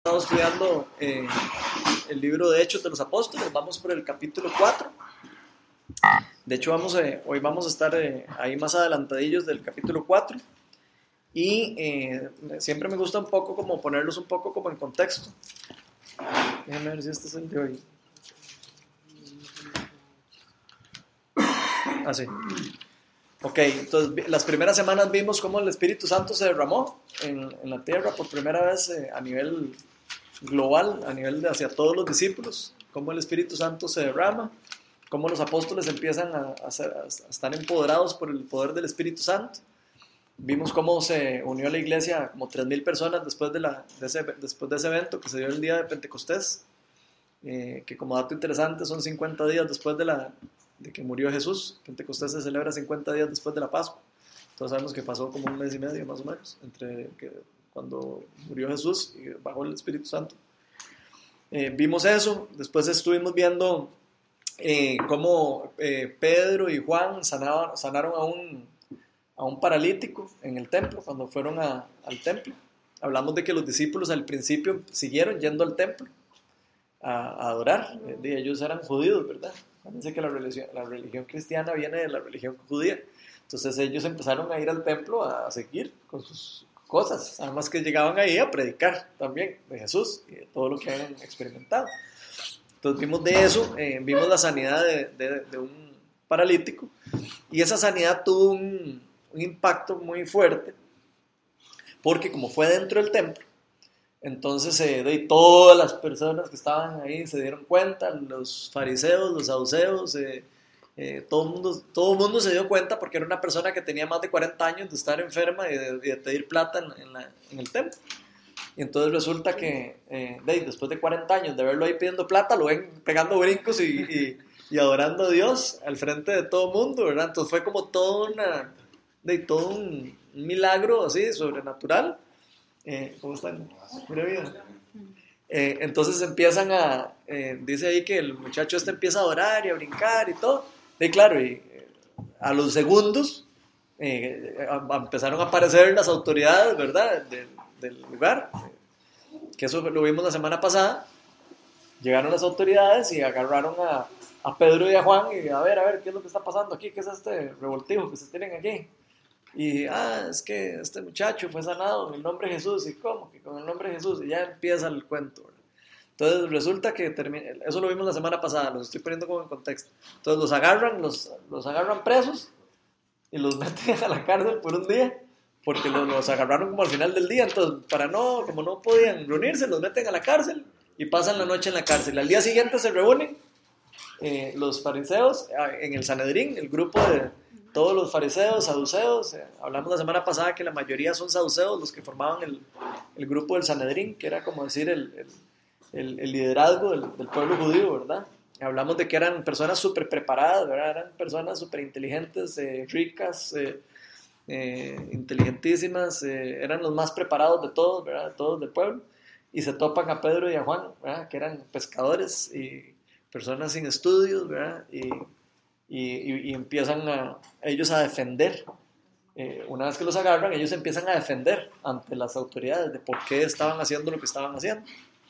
Estamos estudiando el libro de Hechos de los Apóstoles, vamos por el capítulo 4. De hecho, hoy vamos a estar ahí más adelantadillos del capítulo 4. Y siempre me gusta un poco como ponerlos un poco como en contexto. Déjenme ver si este es el de hoy. Así. Ok, entonces las primeras semanas vimos cómo el Espíritu Santo se derramó en la tierra por primera vez a nivel global, a nivel de hacia todos los discípulos, cómo el Espíritu Santo se derrama, cómo los apóstoles empiezan a estar empoderados por el poder del Espíritu Santo. Vimos cómo se unió a la iglesia como 3,000 personas después de ese evento que se dio el día de Pentecostés, que como dato interesante son 50 días después de que murió Jesús. Pentecostés se celebra 50 días después de la Pascua. Entonces sabemos que pasó como 1 mes y medio más o menos entre cuando murió Jesús y bajó el Espíritu Santo. Vimos eso. Después estuvimos viendo cómo Pedro y Juan sanaron a un paralítico en el templo cuando fueron al templo. Hablamos de que los discípulos al principio siguieron yendo al templo a adorar. Ellos eran judíos, ¿verdad? Fíjense que la religión cristiana viene de la religión judía. Entonces ellos empezaron a ir al templo a seguir con sus cosas. Además que llegaban ahí a predicar también de Jesús y de todo lo que habían experimentado. Entonces vimos de eso, vimos la sanidad de un paralítico. Y esa sanidad tuvo un impacto muy fuerte porque como fue dentro del templo, entonces todas las personas que estaban ahí se dieron cuenta, los fariseos, los saduceos, todo el mundo se dio cuenta porque era una persona que tenía más de 40 años de estar enferma y de pedir plata en el templo. Y entonces resulta que después de 40 años de verlo ahí pidiendo plata, lo ven pegando brincos y adorando a Dios al frente de todo el mundo, ¿verdad? Entonces fue como todo un milagro así, sobrenatural. ¿Cómo están? Mira bien. Entonces empiezan dice ahí que el muchacho empieza a adorar y a brincar y todo. Y claro, a los segundos empezaron a aparecer las autoridades, ¿verdad? Del lugar. Que eso lo vimos la semana pasada. Llegaron las autoridades y agarraron a Pedro y a Juan y a ver, ¿qué es lo que está pasando aquí? ¿Qué es este revoltijo que se tienen aquí? Y, es que este muchacho fue sanado en el nombre de Jesús. ¿Y cómo? Que con el nombre de Jesús. Y ya empieza el cuento, ¿verdad? Entonces resulta que eso lo vimos la semana pasada, los estoy poniendo como en contexto. Entonces los agarran presos y los meten a la cárcel por un día, porque los agarraron como al final del día. Entonces, como no podían reunirse, los meten a la cárcel y pasan la noche en la cárcel. Al día siguiente se reúnen los fariseos en el Sanedrín, el grupo de todos los fariseos, saduceos. Hablamos la semana pasada que la mayoría son saduceos los que formaban el grupo del Sanedrín, que era como decir el liderazgo del pueblo judío, ¿verdad? Hablamos de que eran personas súper preparadas, ¿verdad? Eran personas súper inteligentes, ricas, inteligentísimas, eran los más preparados de todos, ¿verdad? Todos del pueblo. Y se topan a Pedro y a Juan, ¿verdad? Que eran pescadores y personas sin estudios, ¿verdad? Y empiezan ellos a defender. Una vez que los agarran, ellos empiezan a defender ante las autoridades de por qué estaban haciendo lo que estaban haciendo.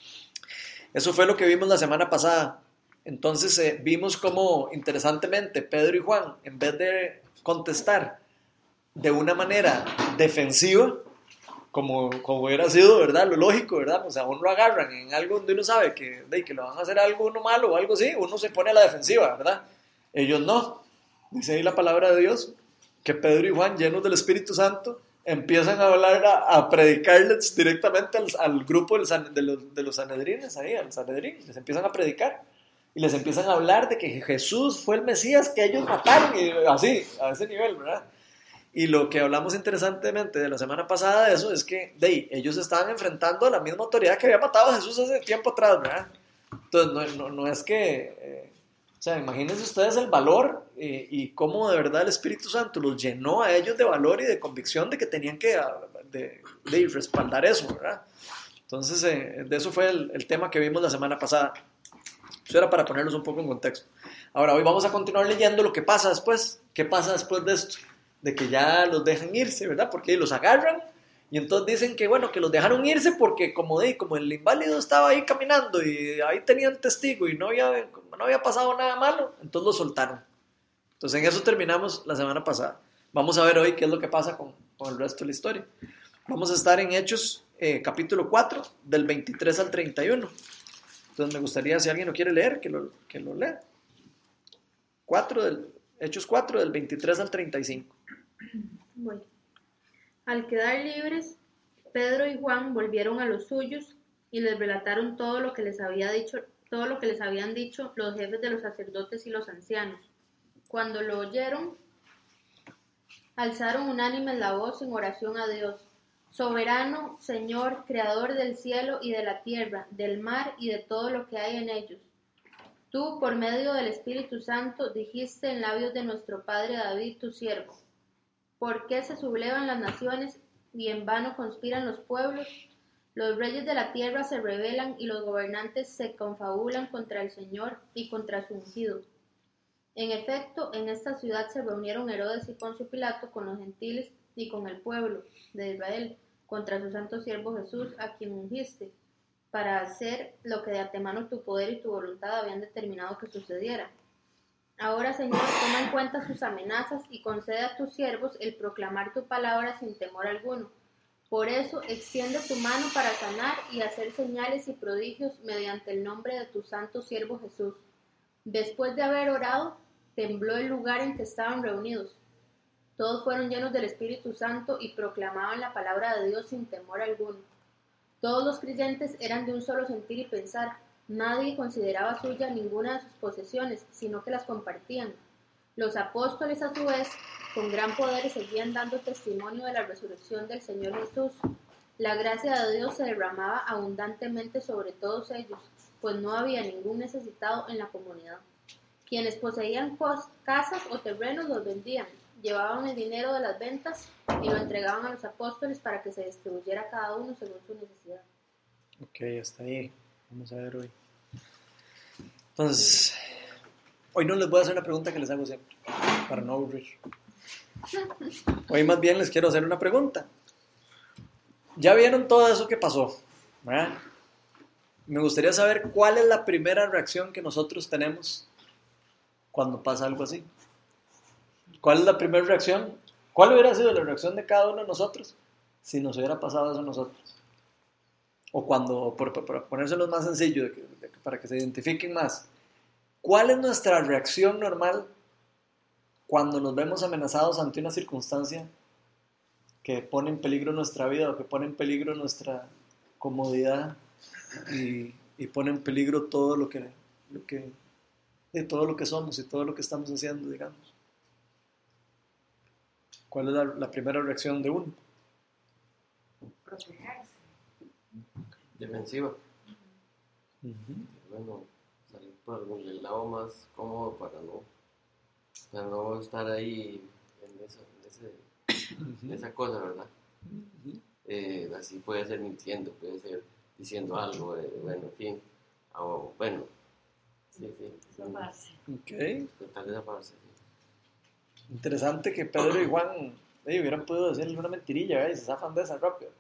Eso fue lo que vimos la semana pasada. Entonces vimos cómo, interesantemente, Pedro y Juan, en vez de contestar de una manera defensiva, como hubiera sido, ¿verdad? Lo lógico, ¿verdad? O sea, uno lo agarran en algo donde uno sabe que le van a hacer algo uno malo o algo así, uno se pone a la defensiva, ¿verdad? Ellos no. Dice ahí la palabra de Dios que Pedro y Juan, llenos del Espíritu Santo, empiezan a hablar, a predicarles directamente al grupo de los sanedrines, ahí, al Sanedrín. Les empiezan a predicar y les empiezan a hablar de que Jesús fue el Mesías que ellos mataron, y así, a ese nivel, ¿verdad? Y lo que hablamos interesantemente de la semana pasada de eso es que ellos estaban enfrentando a la misma autoridad que había matado a Jesús hace tiempo atrás, ¿verdad? Entonces no es que... o sea, imagínense ustedes el valor y cómo de verdad el Espíritu Santo los llenó a ellos de valor y de convicción de que tenían que respaldar eso, ¿verdad? Entonces, de eso fue el tema que vimos la semana pasada. Eso era para ponerlos un poco en contexto. Ahora, hoy vamos a continuar leyendo lo que pasa después. ¿Qué pasa después de esto? De que ya los dejan irse, ¿verdad? Porque los agarran Y entonces dicen que, bueno, que los dejaron irse porque como el inválido estaba ahí caminando y ahí tenían testigo y no había pasado nada malo, entonces lo soltaron. Entonces en eso terminamos la semana pasada. Vamos a ver hoy qué es lo que pasa con el resto de la historia. Vamos a estar en Hechos capítulo 4, del 23 al 31. Entonces me gustaría, si alguien lo quiere leer, que lo lea. Hechos 4, del 23 al 35. Bueno. Al quedar libres, Pedro y Juan volvieron a los suyos y les relataron todo lo que les habían dicho los jefes de los sacerdotes y los ancianos. Cuando lo oyeron, alzaron unánimes la voz en oración a Dios. Soberano, Señor, Creador del cielo y de la tierra, del mar y de todo lo que hay en ellos. Tú, por medio del Espíritu Santo, dijiste en labios de nuestro padre David, tu siervo: ¿por qué se sublevan las naciones y en vano conspiran los pueblos? Los reyes de la tierra se rebelan y los gobernantes se confabulan contra el Señor y contra su ungido. En efecto, en esta ciudad se reunieron Herodes y Poncio Pilato con los gentiles y con el pueblo de Israel contra su santo siervo Jesús, a quien ungiste, para hacer lo que de antemano tu poder y tu voluntad habían determinado que sucediera. Ahora, Señor, toma en cuenta sus amenazas y concede a tus siervos el proclamar tu palabra sin temor alguno. Por eso, extiende tu mano para sanar y hacer señales y prodigios mediante el nombre de tu santo siervo Jesús. Después de haber orado, tembló el lugar en que estaban reunidos. Todos fueron llenos del Espíritu Santo y proclamaban la palabra de Dios sin temor alguno. Todos los creyentes eran de un solo sentir y pensar. Nadie consideraba suya ninguna de sus posesiones, sino que las compartían. Los apóstoles, a su vez, con gran poder seguían dando testimonio de la resurrección del Señor Jesús. La gracia de Dios se derramaba abundantemente sobre todos ellos, pues no había ningún necesitado en la comunidad. Quienes poseían casas o terrenos los vendían, llevaban el dinero de las ventas y lo entregaban a los apóstoles para que se distribuyera a cada uno según su necesidad. Ok, hasta ahí. Vamos a ver hoy. Entonces, hoy no les voy a hacer una pregunta que les hago siempre, para no aburrir. Hoy más bien les quiero hacer una pregunta. Ya vieron todo eso que pasó, ¿verdad? Me gustaría saber cuál es la primera reacción que nosotros tenemos cuando pasa algo así. ¿Cuál es la primera reacción? ¿Cuál hubiera sido la reacción de cada uno de nosotros si nos hubiera pasado eso a nosotros? O cuando, por ponérselos más sencillo, para que se identifiquen más, ¿cuál es nuestra reacción normal cuando nos vemos amenazados ante una circunstancia que pone en peligro nuestra vida o que pone en peligro nuestra comodidad y pone en peligro todo todo lo que somos y todo lo que estamos haciendo, digamos? ¿Cuál es la primera reacción de uno? Protegerse. Defensiva. Uh-huh. Bueno, salir por el lado más cómodo para no estar ahí en esa cosa, ¿verdad? Uh-huh. Así puede ser mintiendo, puede ser diciendo algo, bueno, en fin. O, bueno, sí. Zafarse. Ok. Tratar de zafarse, sí. Interesante que Pedro y Juan hubieran podido decirle una mentirilla, y se zafan de esa rápido.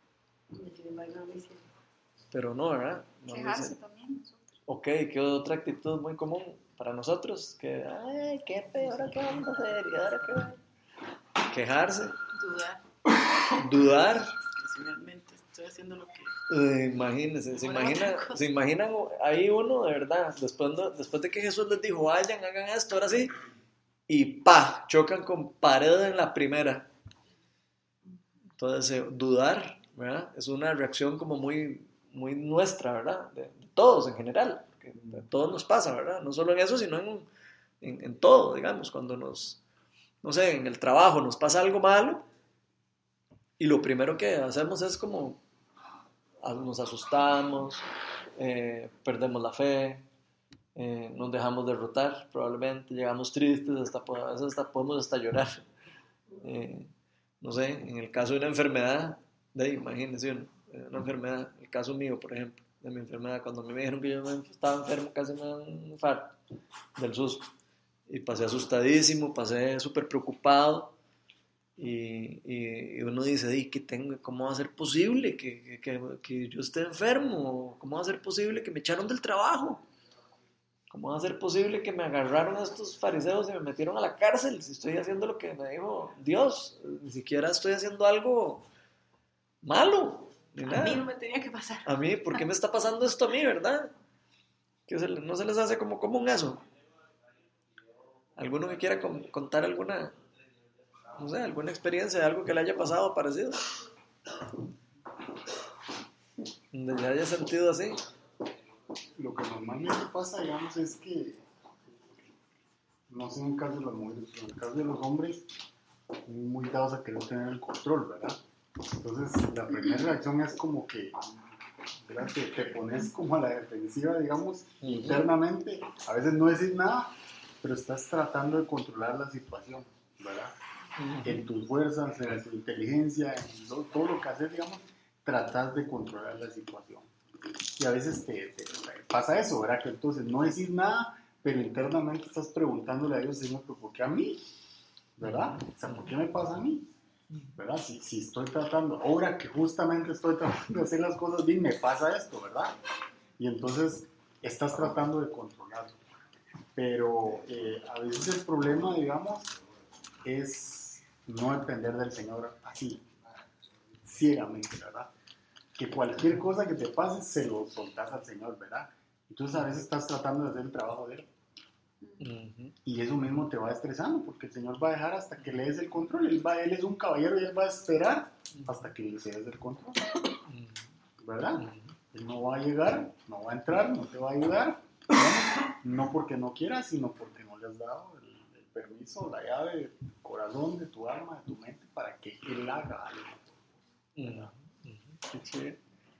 Pero no, ¿verdad? No Quejarse también. Ok, ¿qué otra actitud muy común para nosotros? Que, ay, qué peor, ¿qué vamos a hacer? ¿Y ahora qué? Quejarse. Dudar. Que realmente estoy haciendo lo que... Imagínense, se imaginan ahí uno, de verdad, después de que Jesús les dijo, vayan, hagan esto, ahora sí, y ¡pa! Chocan con pared en la primera. Entonces, dudar, ¿verdad? Es una reacción como muy, muy nuestra, ¿verdad? De todos en general, porque a todos nos pasa, ¿verdad? No solo en eso, sino en todo, digamos, cuando no sé, en el trabajo nos pasa algo malo, y lo primero que hacemos es como, nos asustamos, perdemos la fe, nos dejamos derrotar, probablemente, llegamos tristes, a veces hasta podemos llorar. No sé, en el caso de una enfermedad, imagínense una enfermedad, el caso mío, por ejemplo, de mi enfermedad, cuando a mí me dijeron que yo estaba enfermo, casi me da un infarto del susto, y pasé asustadísimo, pasé súper preocupado, Y uno dice, ¿cómo va a ser posible que yo esté enfermo? ¿Cómo va a ser posible que me echaron del trabajo? ¿Cómo va a ser posible que me agarraron a estos fariseos y me metieron a la cárcel si estoy haciendo lo que me dijo Dios? Ni siquiera estoy haciendo algo malo, ni A nada. mí no me tenía que pasar. A mí, ¿por qué me está pasando esto a mí, verdad? No se les hace como común eso. ¿Alguno que quiera contar alguna, no sé, alguna experiencia de algo que le haya pasado parecido? Donde le haya sentido así. Lo que normalmente pasa, digamos, es que, no sé en el caso de las mujeres, pero en el caso de los hombres, muy dados a querer tener el control, ¿verdad? Entonces, la primera reacción es como que, ¿verdad? Te pones como a la defensiva, digamos, internamente. A veces no decís nada, pero estás tratando de controlar la situación, ¿verdad? En tus fuerzas, en tu inteligencia, en todo lo que haces, digamos, tratas de controlar la situación. Y a veces te pasa eso, ¿verdad? Que entonces no decís nada, pero internamente estás preguntándole a Dios, Señor, ¿pero por qué a mí? ¿Verdad? O sea, ¿por qué me pasa a mí? ¿Verdad? Si estoy tratando, ahora que justamente estoy tratando de hacer las cosas bien, me pasa esto, ¿verdad? Y entonces estás tratando de controlarlo. Pero a veces el problema, digamos, es no depender del Señor así, ciegamente, ¿verdad? Que cualquier cosa que te pase se lo soltás al Señor, ¿verdad? Entonces a veces estás tratando de hacer el trabajo de Él. Y eso mismo te va estresando, porque el Señor va a dejar hasta que le des el control. Él es un caballero y Él va a esperar hasta que le cedes el control, ¿verdad? Él no va a llegar, no va a entrar, no te va a ayudar, no porque no quieras, sino porque no le has dado el permiso, la llave del corazón, de tu alma, de tu mente, para que Él haga algo. Sí.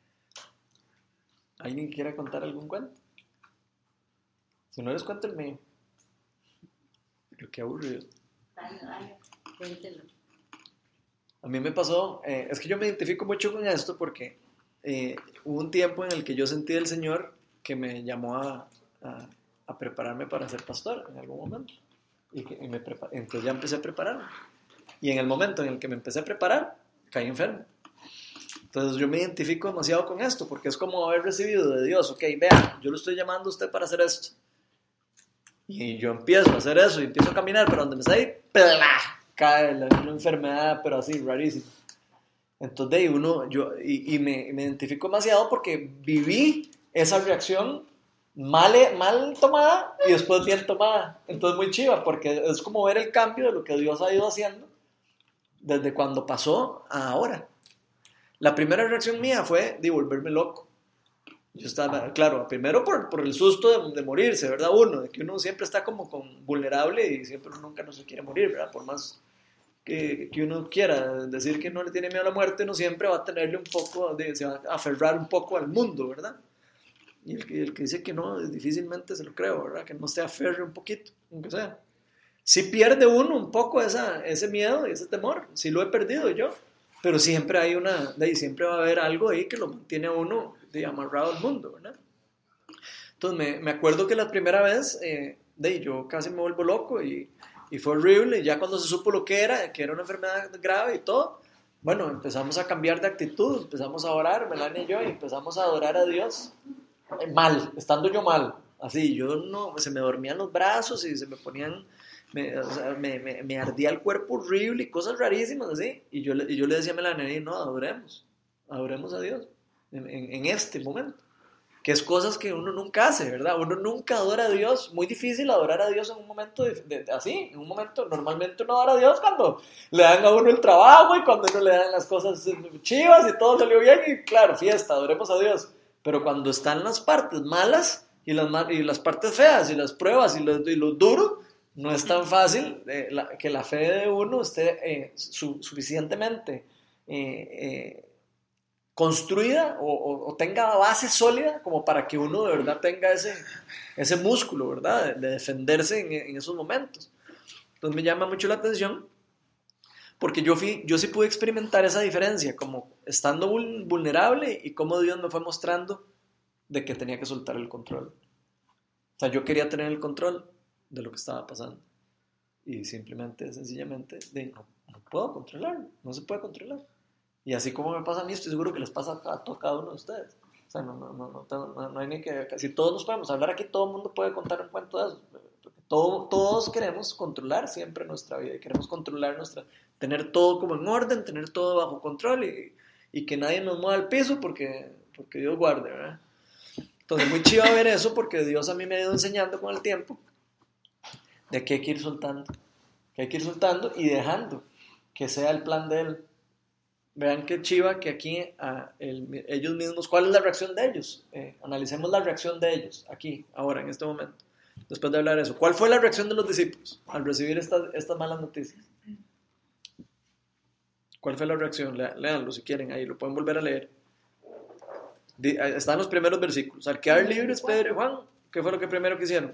¿Alguien quiera contar algún cuento? Si no les cuento el mío. Pero qué aburrido. Dale, cuéntelo. A mí me pasó, es que yo me identifico mucho con esto porque hubo un tiempo en el que yo sentí del Señor que me llamó a prepararme para ser pastor en algún momento. Entonces ya empecé a prepararme. Y en el momento en el que me empecé a preparar, caí enfermo. Entonces yo me identifico demasiado con esto, porque es como haber recibido de Dios, ok, vea, yo lo estoy llamando a usted para hacer esto. Y yo empiezo a hacer eso y empiezo a caminar, pero donde me está ahí, ¡plá! Cae una enfermedad, pero así, rarísima. Entonces me identifico demasiado porque viví esa reacción mal tomada y después bien tomada. Entonces muy chiva, porque es como ver el cambio de lo que Dios ha ido haciendo desde cuando pasó a ahora. La primera reacción mía fue de volverme loco. Yo estaba, claro, primero por el susto de morirse, ¿verdad? De que uno siempre está como vulnerable y siempre nunca no se quiere morir, ¿verdad? Por más que uno quiera decir que no le tiene miedo a la muerte, uno siempre va a tenerle un poco, se va a aferrar un poco al mundo, ¿verdad? Y el que dice que no, difícilmente se lo creo, ¿verdad? Que no se aferre un poquito, aunque sea. Sí pierde uno un poco ese miedo y ese temor, sí lo he perdido yo. Pero siempre siempre va a haber algo ahí que lo mantiene a uno amarrado al mundo, ¿verdad? Entonces me acuerdo que la primera vez, yo casi me vuelvo loco y fue horrible. Y ya cuando se supo lo que era una enfermedad grave y todo, bueno, empezamos a cambiar de actitud, empezamos a orar, Melania y yo, y empezamos a adorar a Dios estando yo mal. Así, se me dormían los brazos y se me ponían... me ardía el cuerpo horrible y cosas rarísimas así, y yo le decía a Melanie, no, adoremos a Dios en este momento, que es cosas que uno nunca hace, ¿verdad? Uno nunca adora a Dios, muy difícil adorar a Dios en un momento así, en un momento, normalmente uno adora a Dios cuando le dan a uno el trabajo y cuando uno le dan las cosas chivas y todo salió bien y claro, fiesta, adoremos a Dios, pero cuando están las partes malas y las partes feas y las pruebas y lo duro, no es tan fácil que la fe de uno esté suficientemente construida o tenga base sólida como para que uno de verdad tenga ese músculo, ¿verdad? De defenderse en esos momentos. Entonces me llama mucho la atención porque yo sí pude experimentar esa diferencia, como estando vulnerable y cómo Dios me fue mostrando de que tenía que soltar el control. O sea, yo quería tener el control de lo que estaba pasando y sencillamente puedo controlarlo, no se puede controlar. Y así como me pasa a mí, estoy seguro que les pasa a cada uno de ustedes. O sea, no hay ni que... Si todos nos podemos hablar aquí, todo el mundo puede contar un cuento de eso. Porque todos queremos controlar siempre nuestra vida. Y queremos controlar tener todo como en orden, tener todo bajo control y que nadie nos mueva el piso porque Dios guarde, ¿verdad? Entonces, muy chido ver eso porque Dios a mí me ha ido enseñando con el tiempo de que hay que ir soltando. Que hay que ir soltando y dejando que sea el plan de Él. Vean qué chiva que aquí ellos mismos, ¿cuál es la reacción de ellos? Analicemos la reacción de ellos aquí, ahora, en este momento, después de hablar de eso. ¿Cuál fue la reacción de los discípulos al recibir estas malas noticias? ¿Cuál fue la reacción? Léanlo si quieren, ahí lo pueden volver a leer. Están los primeros versículos. Al quedar libres Pedro y Juan, ¿qué fue lo que primero que hicieron?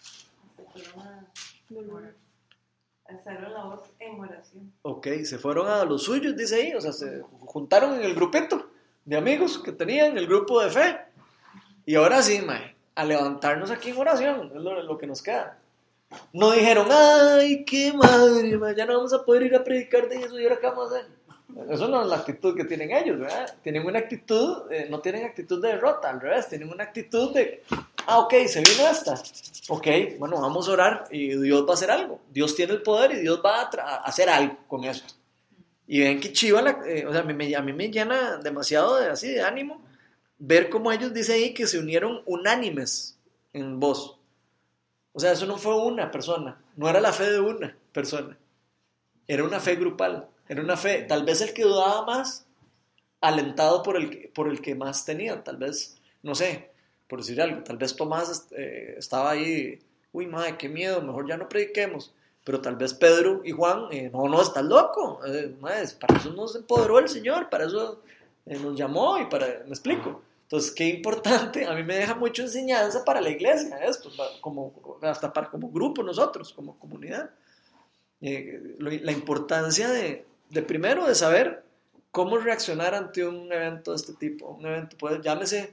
Alzaron la voz en oración. Ok, se fueron a los suyos, dice ahí, o sea, se juntaron en el grupito de amigos que tenían, el grupo de fe. Y ahora sí, mae, a levantarnos aquí en oración, es lo que nos queda. No dijeron, ay, qué madre, mae, ya no vamos a poder ir a predicar de eso y ahora qué vamos a hacer. Eso no es la actitud que tienen ellos, ¿verdad? Tienen una actitud, no tienen actitud de derrota, al revés, tienen una actitud de, ok, se vino esta, ok, bueno, vamos a orar y Dios va a hacer algo, Dios tiene el poder y Dios va a hacer algo con esto. Y ven que chiva, o sea, a mí me llena demasiado así de ánimo ver cómo ellos dicen ahí que se unieron unánimes en voz. O sea, eso no fue una persona, no era la fe de una persona, era una fe grupal. Era una fe, tal vez el que dudaba más, alentado por el que más tenía, tal vez, no sé, por decir algo, tal vez Tomás estaba ahí, uy, madre, qué miedo, mejor ya no prediquemos, pero tal vez Pedro y Juan, no, estás loco, madre, para eso nos empoderó el Señor, para eso nos llamó y me explico. Entonces, qué importante, a mí me deja mucha enseñanza para la iglesia, esto, hasta como grupo nosotros, como comunidad. La importancia de primero de saber cómo reaccionar ante un evento de este tipo. Un evento, pues, llámese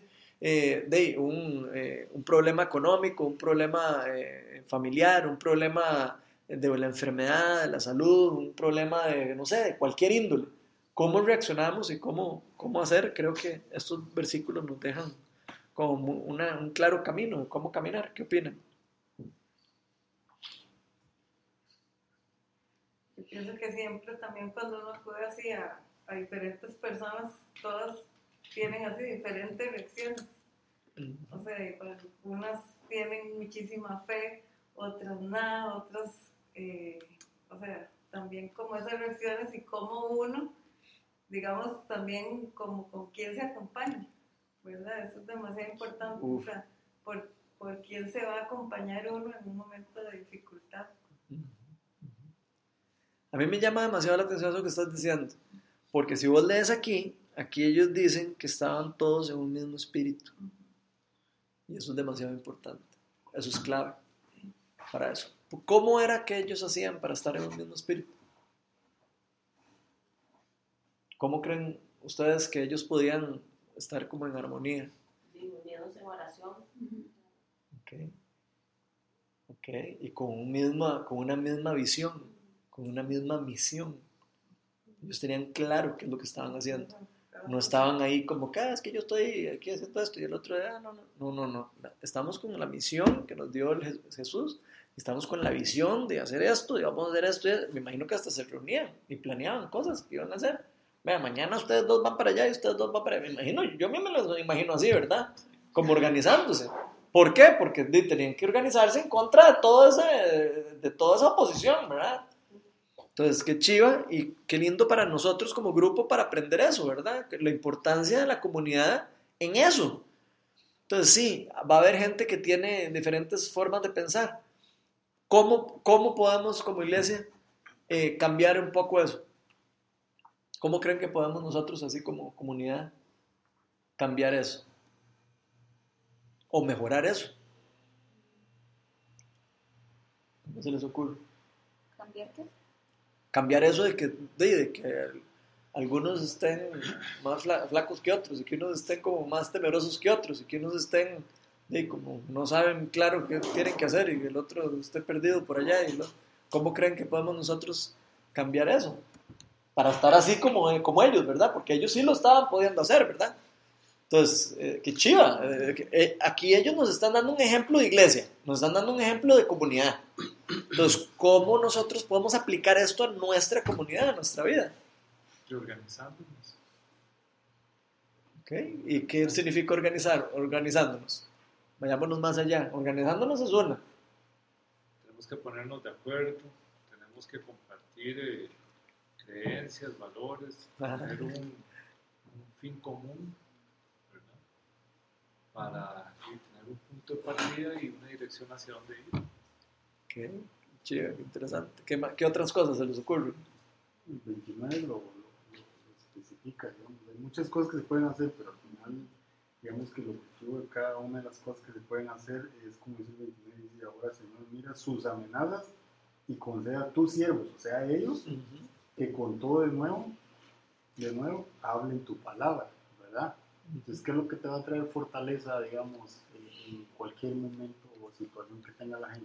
un problema económico, un problema familiar, un problema de la enfermedad, de la salud, un problema de, no sé, de cualquier índole. Cómo reaccionamos y cómo hacer, creo que estos versículos nos dejan como un claro camino de cómo caminar. ¿Qué opinan? Yo pienso que siempre también cuando uno acude así a diferentes personas, todas tienen así diferentes reacciones. O sea, unas tienen muchísima fe, otras nada, otras, o sea, también como esas reacciones y como uno, digamos, también como con quién se acompaña, ¿verdad? Eso es demasiado importante, o sea, por quién se va a acompañar uno en un momento de dificultad. A mí me llama demasiado la atención eso que estás diciendo, porque si vos lees aquí ellos dicen que estaban todos en un mismo espíritu, y eso es demasiado importante, eso es clave para eso. ¿Cómo era que ellos hacían para estar en un mismo espíritu? ¿Cómo creen ustedes que ellos podían estar como en armonía? Unidos en oración. Ok, y con una misma visión, con una misma misión. Ellos tenían claro qué es lo que estaban haciendo. No estaban ahí como, es que yo estoy aquí haciendo esto y el otro, no. Estamos con la misión que nos dio Jesús, estamos con la visión de hacer esto y vamos a hacer esto. Me imagino que hasta se reunían y planeaban cosas que iban a hacer. Vea, mañana ustedes dos van para allá y ustedes dos van para allá. Me imagino, yo mismo me lo imagino así, ¿verdad? Como organizándose. ¿Por qué? Porque tenían que organizarse en contra de toda esa oposición, ¿verdad? Entonces, qué chiva y qué lindo para nosotros como grupo para aprender eso, ¿verdad? La importancia de la comunidad en eso. Entonces, sí, va a haber gente que tiene diferentes formas de pensar. ¿Cómo podemos como iglesia cambiar un poco eso? ¿Cómo creen que podemos nosotros, así como comunidad, cambiar eso? O mejorar eso. ¿Cómo se les ocurre? ¿Cambiar qué? Cambiar eso de que algunos estén más flacos que otros, y que unos estén como más temerosos que otros, y que unos estén como no saben claro qué tienen que hacer, y que el otro esté perdido por allá. ¿Cómo creen que podemos nosotros cambiar eso? para estar así como ellos, ¿verdad? Porque ellos sí lo estaban pudiendo hacer, ¿verdad? Entonces, qué chiva. Aquí ellos nos están dando un ejemplo de iglesia, nos están dando un ejemplo de comunidad. Entonces, ¿cómo nosotros podemos aplicar esto a nuestra comunidad, a nuestra vida? Reorganizándonos. ¿Okay? ¿Y qué significa organizándonos? Vayámonos más allá. Organizándonos es una. Tenemos que ponernos de acuerdo, tenemos que compartir creencias, valores, tener un fin común, ¿verdad? Para tener un punto de partida y una dirección hacia dónde ir. Ok, chido, qué interesante. ¿Qué otras cosas se les ocurren? El 29 lo especifica, digamos. Hay muchas cosas que se pueden hacer, pero al final, digamos que el objetivo de cada una de las cosas que se pueden hacer es, como dice el 29, dice, ahora Señor, mira sus amenazas y conceda a tus siervos, o sea, a ellos, que con todo de nuevo, hablen tu palabra, ¿verdad? Entonces, ¿qué es lo que te va a traer fortaleza, digamos, en cualquier momento o situación que tenga la gente?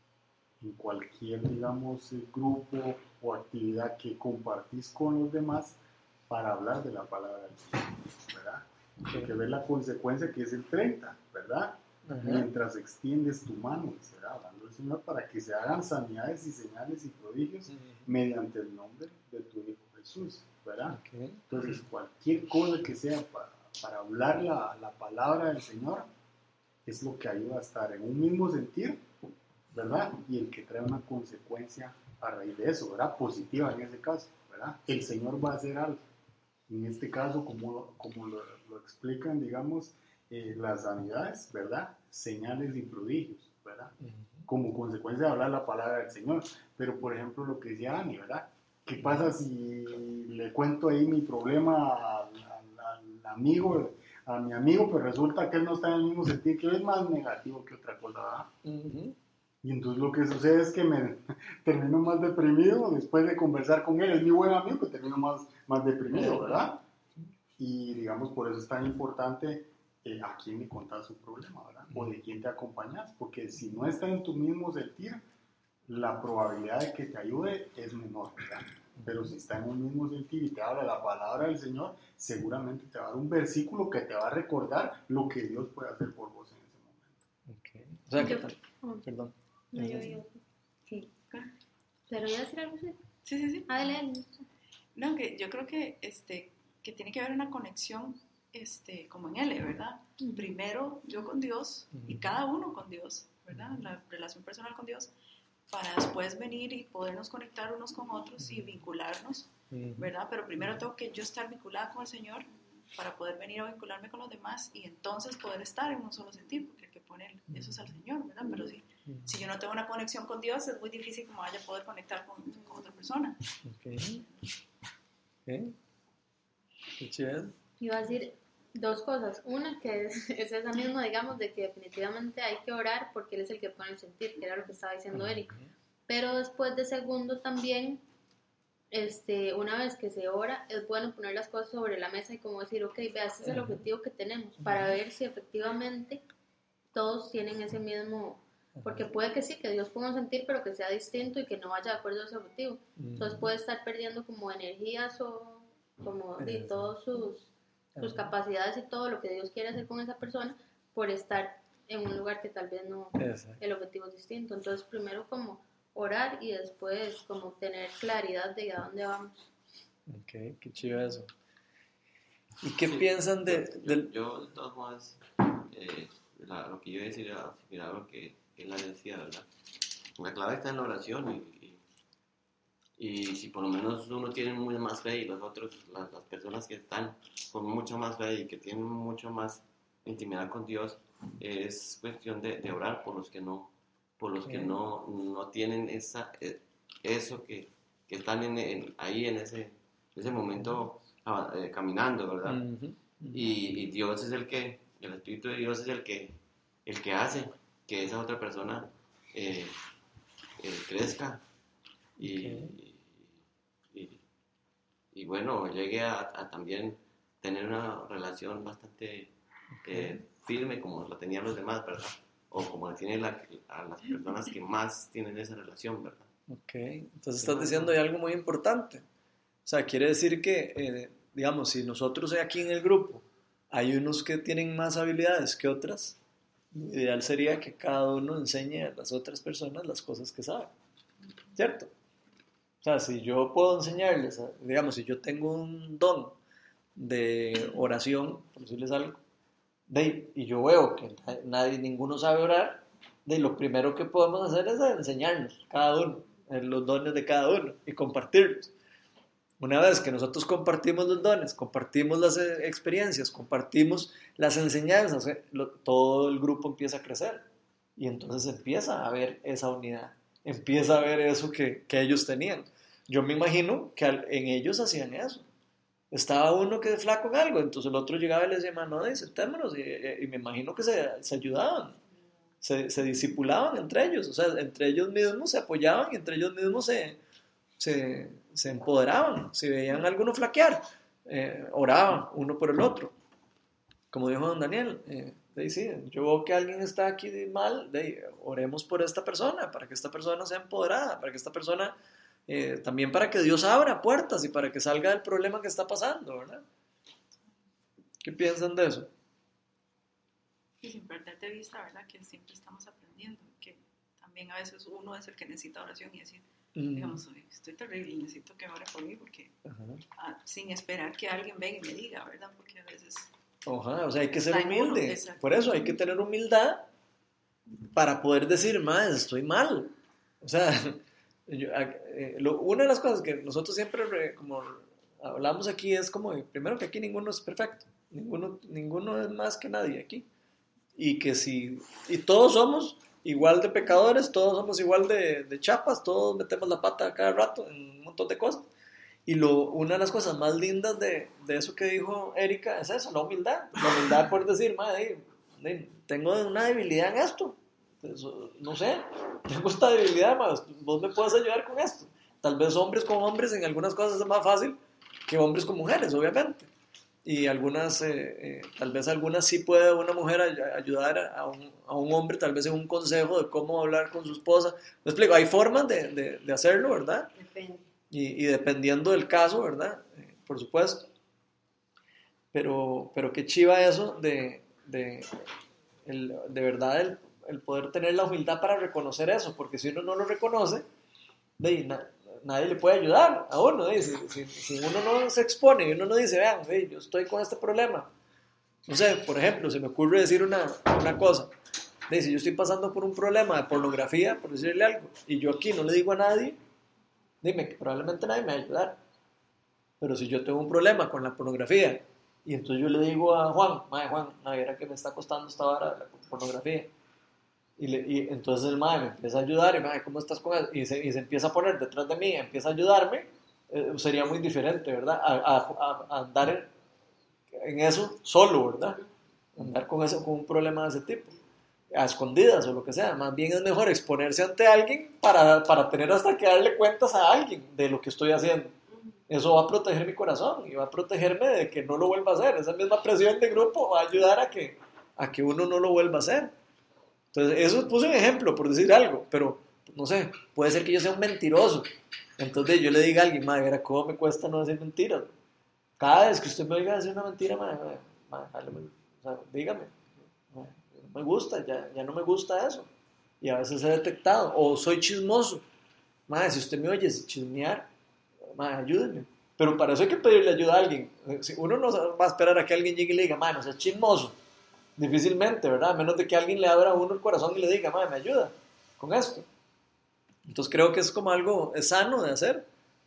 En cualquier, digamos, grupo o actividad que compartís con los demás para hablar de la palabra del Señor, ¿verdad? Porque ves la consecuencia que es el 30, ¿verdad? Ajá. Mientras extiendes tu mano, será hablando del Señor, para que se hagan sanidades y señales y prodigios mediante el nombre de tu Hijo Jesús, ¿verdad? Okay. Entonces, cualquier cosa que sea para hablar la palabra del Señor es lo que ayuda a estar en un mismo sentir, ¿verdad? Y el que trae una consecuencia a raíz de eso, ¿verdad? Positiva en ese caso, ¿verdad? El Señor va a hacer algo. En este caso, como lo explican, digamos, las sanidades, ¿verdad? Señales y prodigios, ¿verdad? Como consecuencia de hablar la palabra del Señor. Pero, por ejemplo, lo que decía Dani, ¿verdad? ¿Qué pasa si le cuento ahí mi problema al amigo, a mi amigo, pero resulta que él no está en el mismo sentido, que es más negativo que otra cosa, ¿verdad? Y entonces lo que sucede es que me termino más deprimido después de conversar con él. Es mi buen amigo, pero termino más deprimido, ¿verdad? Y digamos, por eso es tan importante a quién le contás su problema, ¿verdad? O de quién te acompañas, porque si no está en tu mismo sentir, la probabilidad de que te ayude es menor, ¿verdad? Pero si está en un mismo sentir y te habla la palabra del Señor, seguramente te va a dar un versículo que te va a recordar lo que Dios puede hacer por vos en ese momento. Okay. O sea, ¿qué tal? Perdón. No, yo. Sí. ¿Pero iba a decir algo así? Sí. Adelante. No, que yo creo que que tiene que haber una conexión como en L, ¿verdad? Primero yo con Dios y cada uno con Dios, ¿verdad? La relación personal con Dios, para después venir y podernos conectar unos con otros y vincularnos, ¿verdad? Pero primero tengo que yo estar vinculada con el Señor para poder venir a vincularme con los demás y entonces poder estar en un solo sentido, porque el que pone eso es al Señor, ¿verdad? Pero si yo no tengo una conexión con Dios, es muy difícil como vaya a poder conectar con otra persona. Okay. Qué chido. Iba a decir dos cosas. Una, que es esa misma, digamos, de que definitivamente hay que orar porque Él es el que pone el sentir, que era lo que estaba diciendo Eric. Pero después de segundo también, una vez que se ora, es bueno poner las cosas sobre la mesa y como decir, ok, vea, este es el objetivo que tenemos, para ver si efectivamente todos tienen ese mismo, porque puede que sí, que Dios ponga un sentir, pero que sea distinto y que no vaya de acuerdo a ese objetivo. Entonces puede estar perdiendo como energías o como de todos sus capacidades y todo lo que Dios quiere hacer con esa persona por estar en un lugar que tal vez no, el objetivo es distinto. Entonces primero como orar y después como tener claridad de a dónde vamos. Ok, qué chido eso. ¿Y qué piensan Yo, de todos modos, lo que yo decía era similar a lo que él decía, ¿verdad? La clave está en la oración y si por lo menos uno tiene mucha más fe y los otros, las personas que están con mucha más fe y que tienen mucho más intimidad con Dios, es cuestión de orar por los que no tienen eso que están ahí en ese momento caminando, ¿verdad? Y Dios es el Espíritu de Dios es el que hace que esa otra persona crezca y bueno, llegue a también tener una relación bastante firme como la tenían los demás, ¿verdad? O como la tienen a las personas que más tienen esa relación, ¿verdad? Ok, entonces estás diciendo ahí algo muy importante. sea, quiere decir que, digamos, si nosotros aquí en el grupo hay unos que tienen más habilidades que otras, lo ideal sería que cada uno enseñe a las otras personas las cosas que sabe, ¿cierto? O sea, si yo puedo enseñarles, digamos, si yo tengo un don de oración, por decirles algo, y yo veo que ninguno sabe orar, lo primero que podemos hacer es enseñarnos cada uno, los dones de cada uno y compartirlos. Una vez que nosotros compartimos los dones, compartimos las experiencias, compartimos las enseñanzas, todo el grupo empieza a crecer y entonces empieza a haber esa unidad, empieza a haber eso que ellos tenían. Yo me imagino que en ellos hacían eso. Estaba uno que es flaco en algo, entonces el otro llegaba y le decía, no, sentémonos, y me imagino que se ayudaban, se discipulaban entre ellos, o sea, entre ellos mismos se apoyaban y entre ellos mismos se empoderaban. Si veían a alguno flaquear, oraban uno por el otro. Como dijo don Daniel, sí, yo veo que alguien está aquí mal, oremos por esta persona, para que esta persona sea empoderada, para que esta persona, también para que Dios abra puertas y para que salga del problema que está pasando, ¿verdad? ¿Qué piensan de eso? Y sin perder de vista, ¿verdad? Que siempre estamos aprendiendo, que también a veces uno es el que necesita oración y decir, digamos, estoy terrible, necesito que ore por mí, porque sin esperar que alguien venga y me diga, ¿verdad? Porque a veces... O sea, hay que ser humilde. Por eso hay que tener humildad para poder decir, estoy mal. O sea, una de las cosas que nosotros siempre como hablamos aquí es como, primero que aquí ninguno es perfecto, ninguno es más que nadie aquí. Y todos somos igual de pecadores, todos somos igual de chapas, todos metemos la pata cada rato en un montón de cosas. Y una de las cosas más lindas de eso que dijo Erika es eso, la humildad por decir, tengo una debilidad en esto, no sé, tengo esta debilidad, vos me puedes ayudar con esto. Tal vez hombres con hombres en algunas cosas es más fácil que hombres con mujeres, obviamente. Y algunas, tal vez algunas sí puede una mujer ayudar a un hombre, tal vez en un consejo de cómo hablar con su esposa. Me explico, hay formas de hacerlo, ¿verdad? Depende. Y dependiendo del caso, ¿verdad? Por supuesto. Pero qué chiva eso de verdad el poder tener la humildad para reconocer eso, porque si uno no lo reconoce, nadie le puede ayudar a uno. Si uno no se expone y uno no dice, vean, yo estoy con este problema. No sé, por ejemplo, se me ocurre decir una cosa. Si yo estoy pasando por un problema de pornografía, por decirle algo, y yo aquí no le digo a nadie, dime que probablemente nadie me va a ayudar. Pero si yo tengo un problema con la pornografía y entonces yo le digo a Juan, era que me está costando esta vara la pornografía, y entonces el mae me empieza a ayudar y ¿cómo estás con eso? Y se empieza a poner detrás de mí, empieza a ayudarme, sería muy diferente, ¿verdad? A andar en eso solo, ¿verdad? Andar con un problema de ese tipo, a escondidas o lo que sea. Más bien es mejor exponerse ante alguien para tener hasta que darle cuentas a alguien de lo que estoy haciendo. Eso va a proteger mi corazón y va a protegerme de que no lo vuelva a hacer. Esa misma presión de grupo va a ayudar a que uno no lo vuelva a hacer. Entonces, eso puse un ejemplo por decir algo, pero no sé, puede ser que yo sea un mentiroso. Entonces yo le diga a alguien, madre, ¿cómo me cuesta no decir mentiras? Cada vez que usted me oiga decir una mentira, dígame, no me gusta, ya no me gusta eso. Y a veces he detectado, o soy chismoso. Si usted me oye chismear, ayúdenme. Pero para eso hay que pedirle ayuda a alguien. Si uno no va a esperar a que alguien llegue y le diga, no seas chismoso. Difícilmente, ¿verdad? A menos de que alguien le abra a uno el corazón y le diga, me ayuda con esto. Entonces creo que es como algo sano de hacer.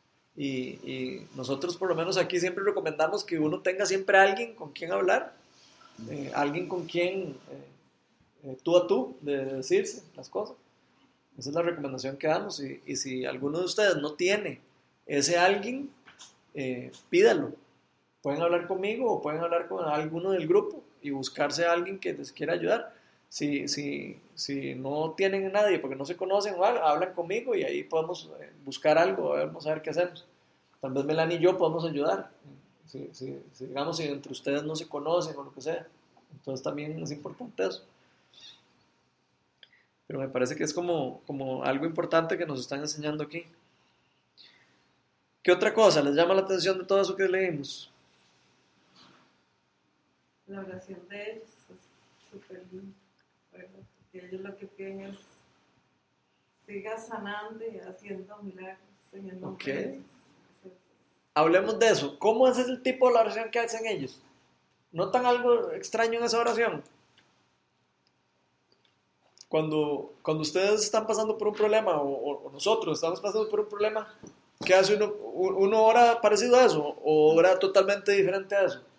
Y nosotros por lo menos aquí siempre recomendamos que uno tenga siempre a alguien con quien hablar, alguien con quien tú a tú de decirse las cosas. Esa es la recomendación que damos. Y si alguno de ustedes no tiene ese alguien, pídalo. Pueden hablar conmigo o pueden hablar con alguno del grupo y buscarse a alguien que les quiera ayudar. Si no tienen a nadie porque no se conocen, hablan conmigo y ahí podemos buscar algo, vamos a ver qué hacemos. Tal vez Melanie y yo podemos ayudar. Digamos, si entre ustedes no se conocen o lo que sea. Entonces también es importante eso. Pero me parece que es como algo importante que nos están enseñando aquí. ¿Qué otra cosa les llama la atención de todo eso que leímos? La oración de ellos es súper linda, ¿verdad? Porque ellos lo que piden es siga sanando y haciendo milagros en el nombre de Jesús. Hablemos de eso. ¿Cómo es el tipo de la oración que hacen ellos? ¿Notan algo extraño en esa oración? Cuando ustedes están pasando por un problema o nosotros estamos pasando por un problema, ¿qué hace uno? ¿Uno ora parecido a eso o ora totalmente diferente a eso?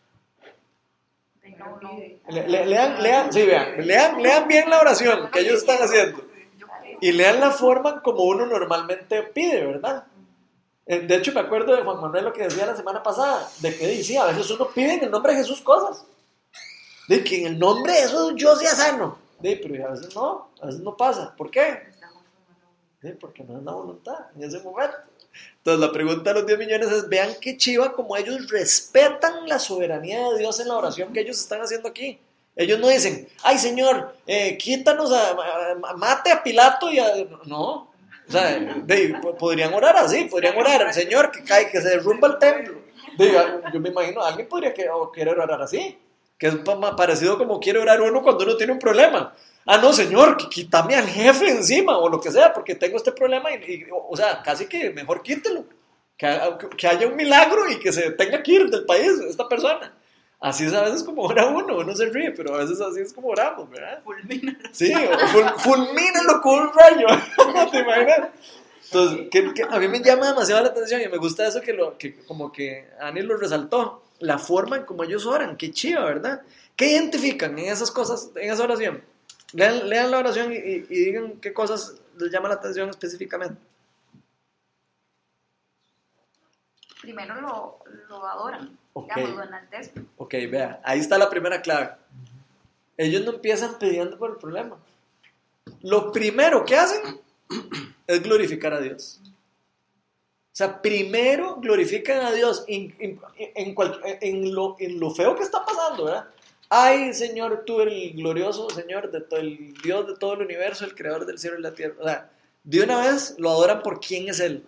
Lean bien la oración que ellos están haciendo y lean la forma como uno normalmente pide, ¿verdad? De hecho, me acuerdo de Juan Manuel lo que decía la semana pasada, de que decía, a veces uno pide en el nombre de Jesús cosas, de que en el nombre de Jesús yo sea sano, pero a veces no pasa. ¿Por qué? Porque no es la voluntad en ese momento. Entonces la pregunta de los 10 millones es, vean qué chiva como ellos respetan la soberanía de Dios en la oración que ellos están haciendo aquí. Ellos no dicen, ay Señor, quítanos, mate a Pilato y no. O sea, podrían orar así, podrían orar, Señor, que se derrumba el templo. Yo me imagino, alguien podría querer orar así, que es parecido como quiere orar uno cuando uno tiene un problema. No, Señor, quítame al jefe encima o lo que sea, porque tengo este problema o sea, casi que mejor quítelo, que haya un milagro y que se tenga que ir del país esta persona. Así es a veces como ora uno se ríe, pero a veces así es como oramos, ¿verdad? Fulmínalo. Sí, fulmínalo con un rayo, ¿te imaginas? Entonces, a mí me llama demasiado la atención y me gusta eso que como que Ani lo resaltó, la forma en cómo ellos oran, qué chiva, ¿verdad? ¿Qué identifican en esas cosas, en esa oración? Lean la oración y digan qué cosas les llama la atención específicamente. Primero lo adoran, Ok. digamos, lo enaltecen. Ok, vea, ahí está la primera clave. Ellos no empiezan pidiendo por el problema. Lo primero que hacen es glorificar a Dios. O sea, primero glorifican a Dios en lo feo que está pasando, ¿verdad? Ay, Señor, tú el glorioso Señor, el Dios de todo el universo, el creador del cielo y la tierra. O sea, de una vez lo adoran por quién es Él.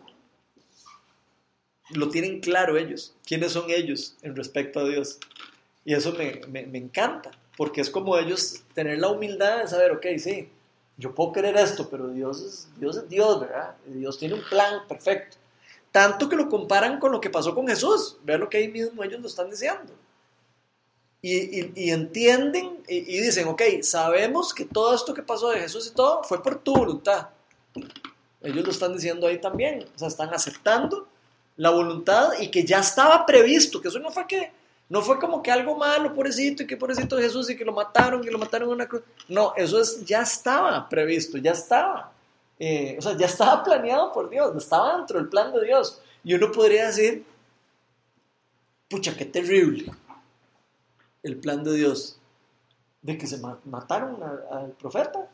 Lo tienen claro ellos, quiénes son ellos en respecto a Dios. Y eso me encanta, porque es como ellos tener la humildad de saber, ok, sí, yo puedo querer esto, pero Dios es Dios, ¿verdad? Dios tiene un plan perfecto. Tanto que lo comparan con lo que pasó con Jesús. Vean lo que ahí mismo ellos lo están diciendo. Y entienden y dicen, ok, sabemos que todo esto que pasó de Jesús y todo fue por tu voluntad. Ellos lo están diciendo ahí también. O sea, están aceptando la voluntad y que ya estaba previsto, que eso no fue como que algo malo, pobrecito, y que pobrecito Jesús y que lo mataron en una cruz. No, eso ya estaba previsto, ya estaba. O sea, ya estaba planeado por Dios, estaba dentro del plan de Dios. Y uno podría decir, pucha, qué terrible el plan de Dios, de que se mataron al profeta,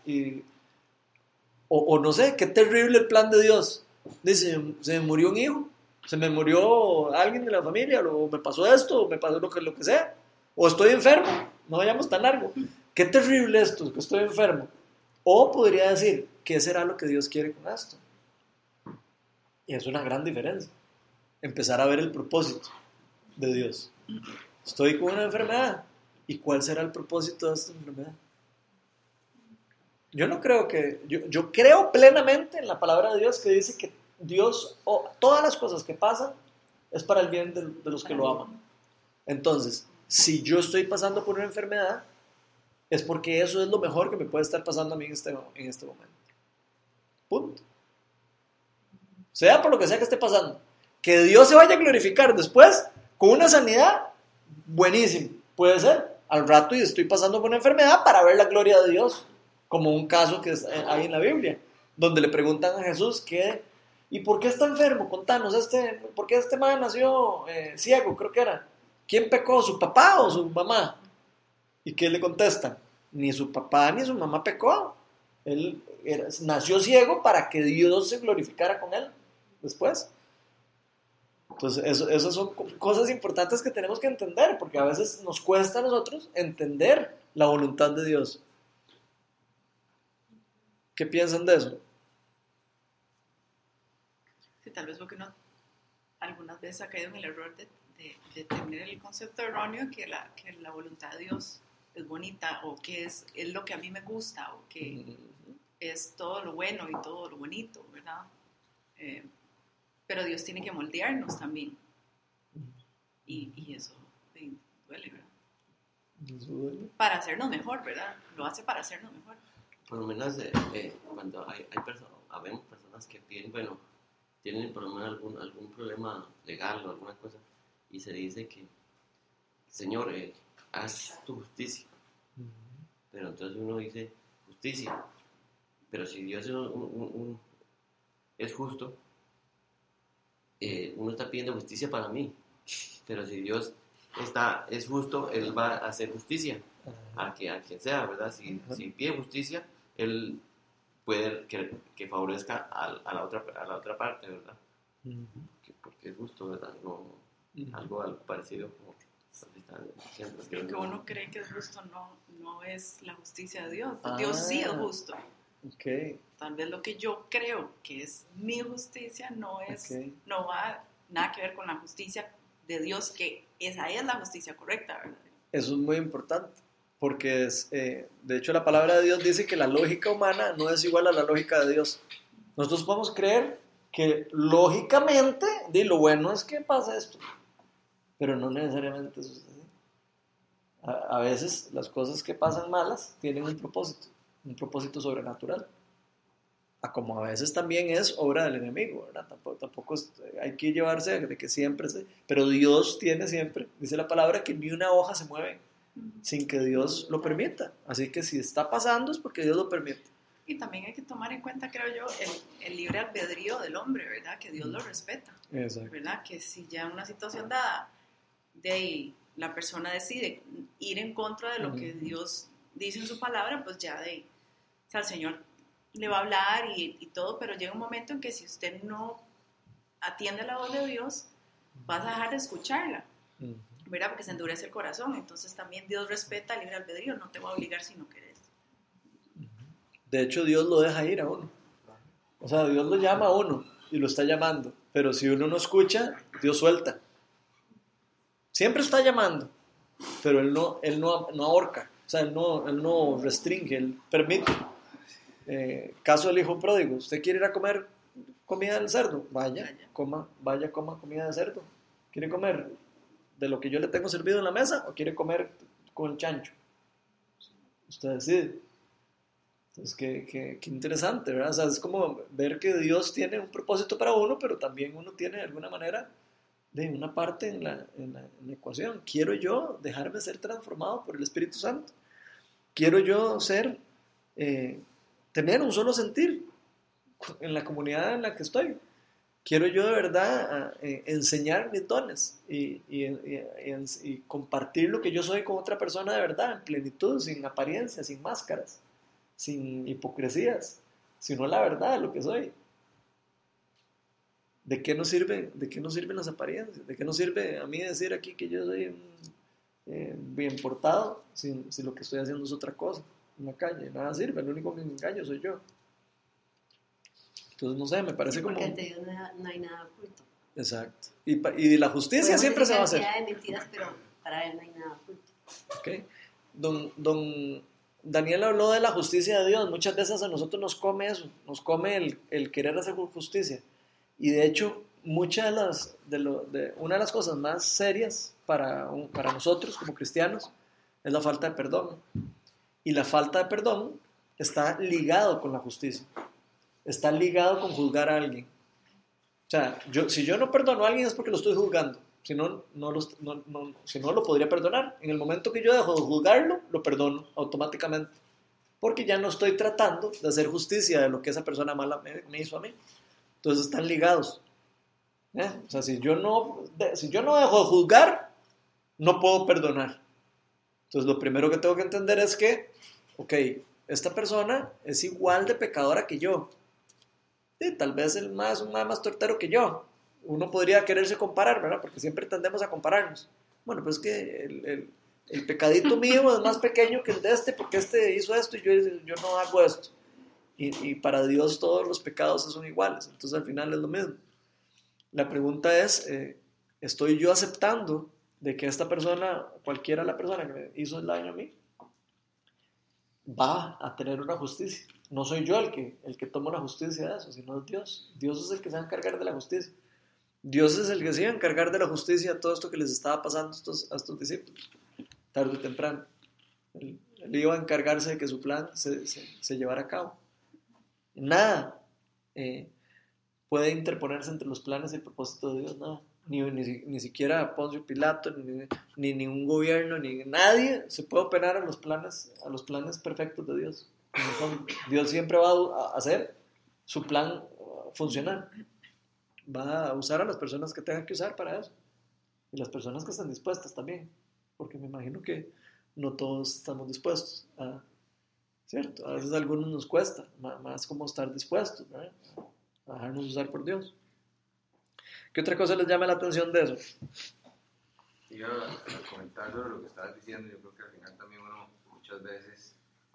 o no sé, qué terrible el plan de Dios. Dice, se me murió un hijo, se me murió alguien de la familia, o me pasó esto, o me pasó lo que sea, o estoy enfermo, no vayamos tan largo. Qué terrible esto, que estoy enfermo. O podría decir, ¿qué será lo que Dios quiere con esto? Y es una gran diferencia. Empezar a ver el propósito de Dios. Estoy con una enfermedad. ¿Y cuál será el propósito de esta enfermedad? Yo no creo que... Yo creo plenamente en la palabra de Dios que dice que Dios, todas las cosas que pasan, es para el bien de los que lo aman. Entonces, si yo estoy pasando por una enfermedad, es porque eso es lo mejor que me puede estar pasando a mí en este momento. Punto. Sea por lo que sea que esté pasando. Que Dios se vaya a glorificar después con una sanidad, buenísimo. Puede ser. Al rato y estoy pasando por una enfermedad para ver la gloria de Dios. Como un caso que hay en la Biblia, donde le preguntan a Jesús ¿y por qué está enfermo? Contanos, ¿por qué este man nació ciego? Creo que era. ¿Quién pecó? ¿Su papá o su mamá? ¿Y qué le contestan? Ni su papá ni su mamá pecó. Él nació ciego para que Dios se glorificara con él después. Entonces, esas son cosas importantes que tenemos que entender, porque a veces nos cuesta a nosotros entender la voluntad de Dios. ¿Qué piensan de eso? Sí, tal vez porque uno algunas veces ha caído en el error de tener el concepto erróneo que la voluntad de Dios es bonita, o que es lo que a mí me gusta, o que es todo lo bueno y todo lo bonito, ¿verdad? Pero Dios tiene que moldearnos también. Y eso duele, ¿verdad? ¿Eso duele? Para hacernos mejor, ¿verdad? Lo hace para hacernos mejor. Por lo menos cuando habemos personas que tienen por lo menos algún problema legal o alguna cosa, y se dice que, Señor, haz tu justicia. Pero entonces uno dice, justicia. Pero si Dios es justo, uno está pidiendo justicia para mí. Pero si Dios es justo, Él va a hacer justicia a quien sea, ¿verdad? Si pide justicia, Él puede que favorezca a la otra parte, ¿verdad? Porque es justo, ¿verdad? No, algo parecido como están diciendo. Lo que uno cree que es justo no es la justicia de Dios. Dios sí es justo. Okay. Tal vez lo que yo creo que es mi justicia no va nada que ver con la justicia de Dios, que esa es la justicia correcta, ¿verdad? Eso es muy importante, porque de hecho la palabra de Dios dice que la lógica humana no es igual a la lógica de Dios. Nosotros podemos creer que lógicamente lo bueno es que pasa esto, pero no necesariamente eso es así. A veces las cosas que pasan malas tienen un propósito sobrenatural, como a veces también es obra del enemigo, ¿verdad? Tampoco hay que llevarse de que siempre pero Dios tiene siempre, dice la palabra, que ni una hoja se mueve sin que Dios lo permita. Así que si está pasando es porque Dios lo permite. Y también hay que tomar en cuenta, creo yo, el libre albedrío del hombre, ¿verdad? Que Dios lo respeta. Exacto. ¿Verdad? Que si ya en una situación dada, la persona decide ir en contra de lo que Dios dice en su palabra, pues ya o sea, el Señor le va a hablar y todo, pero llega un momento en que si usted no atiende la voz de Dios, vas a dejar de escucharla, ¿verdad? Porque se endurece el corazón. Entonces también Dios respeta el libre albedrío, no te va a obligar si no querés. De hecho, Dios lo deja ir a uno. O sea, Dios lo llama a uno y lo está llamando, pero si uno no escucha, Dios suelta. Siempre está llamando, pero Él no ahorca, o sea, Él no restringe, Él permite. Caso del hijo pródigo, ¿usted quiere ir a comer comida del cerdo? Vaya, coma comida de cerdo. ¿Quiere comer de lo que yo le tengo servido en la mesa o quiere comer con el chancho? Usted decide. Entonces, qué interesante, ¿verdad? O sea, es como ver que Dios tiene un propósito para uno, pero también uno tiene de alguna manera una parte en la ecuación. ¿Quiero yo dejarme ser transformado por el Espíritu Santo? ¿Quiero yo tener un solo sentir en la comunidad en la que estoy? Quiero yo de verdad enseñar mis dones y compartir lo que yo soy con otra persona de verdad, en plenitud, sin apariencias, sin máscaras, sin hipocresías, sino la verdad de lo que soy. ¿De qué nos sirven las apariencias? ¿De qué nos sirve a mí decir aquí que yo soy bien portado si lo que estoy haciendo es otra cosa en la calle? Nada sirve, el único que me engaño soy yo. Entonces, no sé, me parece como... Porque ante Dios no hay nada oculto. Exacto. Y la justicia siempre se va a hacer. Hay de mentiras, pero para Él no hay nada oculto. Okay. Don Daniel habló de la justicia de Dios. Muchas veces a nosotros nos come eso, nos come el querer hacer justicia. Y de hecho, una de las cosas más serias para nosotros como cristianos es la falta de perdón. Y la falta de perdón está ligado con la justicia. Está ligado con juzgar a alguien. O sea, si yo no perdono a alguien es porque lo estoy juzgando. Si no lo podría perdonar. En el momento que yo dejo de juzgarlo, lo perdono automáticamente. Porque ya no estoy tratando de hacer justicia de lo que esa persona mala me hizo a mí. Entonces están ligados. O sea, si yo no dejo de juzgar, no puedo perdonar. Entonces lo primero que tengo que entender es que, esta persona es igual de pecadora que yo. Sí, tal vez un más tortero que yo. Uno podría quererse comparar, ¿verdad? Porque siempre tendemos a compararnos. Bueno, pues es que el pecadito mío es más pequeño que el de porque este hizo esto y yo no hago esto. Y para Dios todos los pecados son iguales. Entonces al final es lo mismo. La pregunta es, ¿estoy yo aceptando de que esta persona, cualquiera la persona que me hizo el daño a mí, va a tener una justicia? No soy yo el que toma la justicia de eso, sino es Dios. Dios es el que se va a encargar de la justicia. Dios es el que se iba a encargar de la justicia a todo esto que les estaba pasando a estos discípulos, tarde o temprano. Él iba a encargarse de que su plan se llevara a cabo. Nada puede interponerse entre los planes y el propósito de Dios, nada. Ni siquiera Poncio Pilato, ni ningún gobierno, ni nadie se puede operar a los planes perfectos de Dios. Dios siempre va a hacer su plan funcionar. Va a usar a las personas que tengan que usar para eso. Y las personas que están dispuestas también. Porque me imagino que no todos estamos dispuestos. ¿Cierto? A veces a algunos nos cuesta. Más como estar dispuestos, ¿verdad? A dejarnos usar por Dios. ¿Qué otra cosa les llama la atención de eso? Yo al comentar sobre lo que estabas diciendo, yo creo que al final también uno muchas veces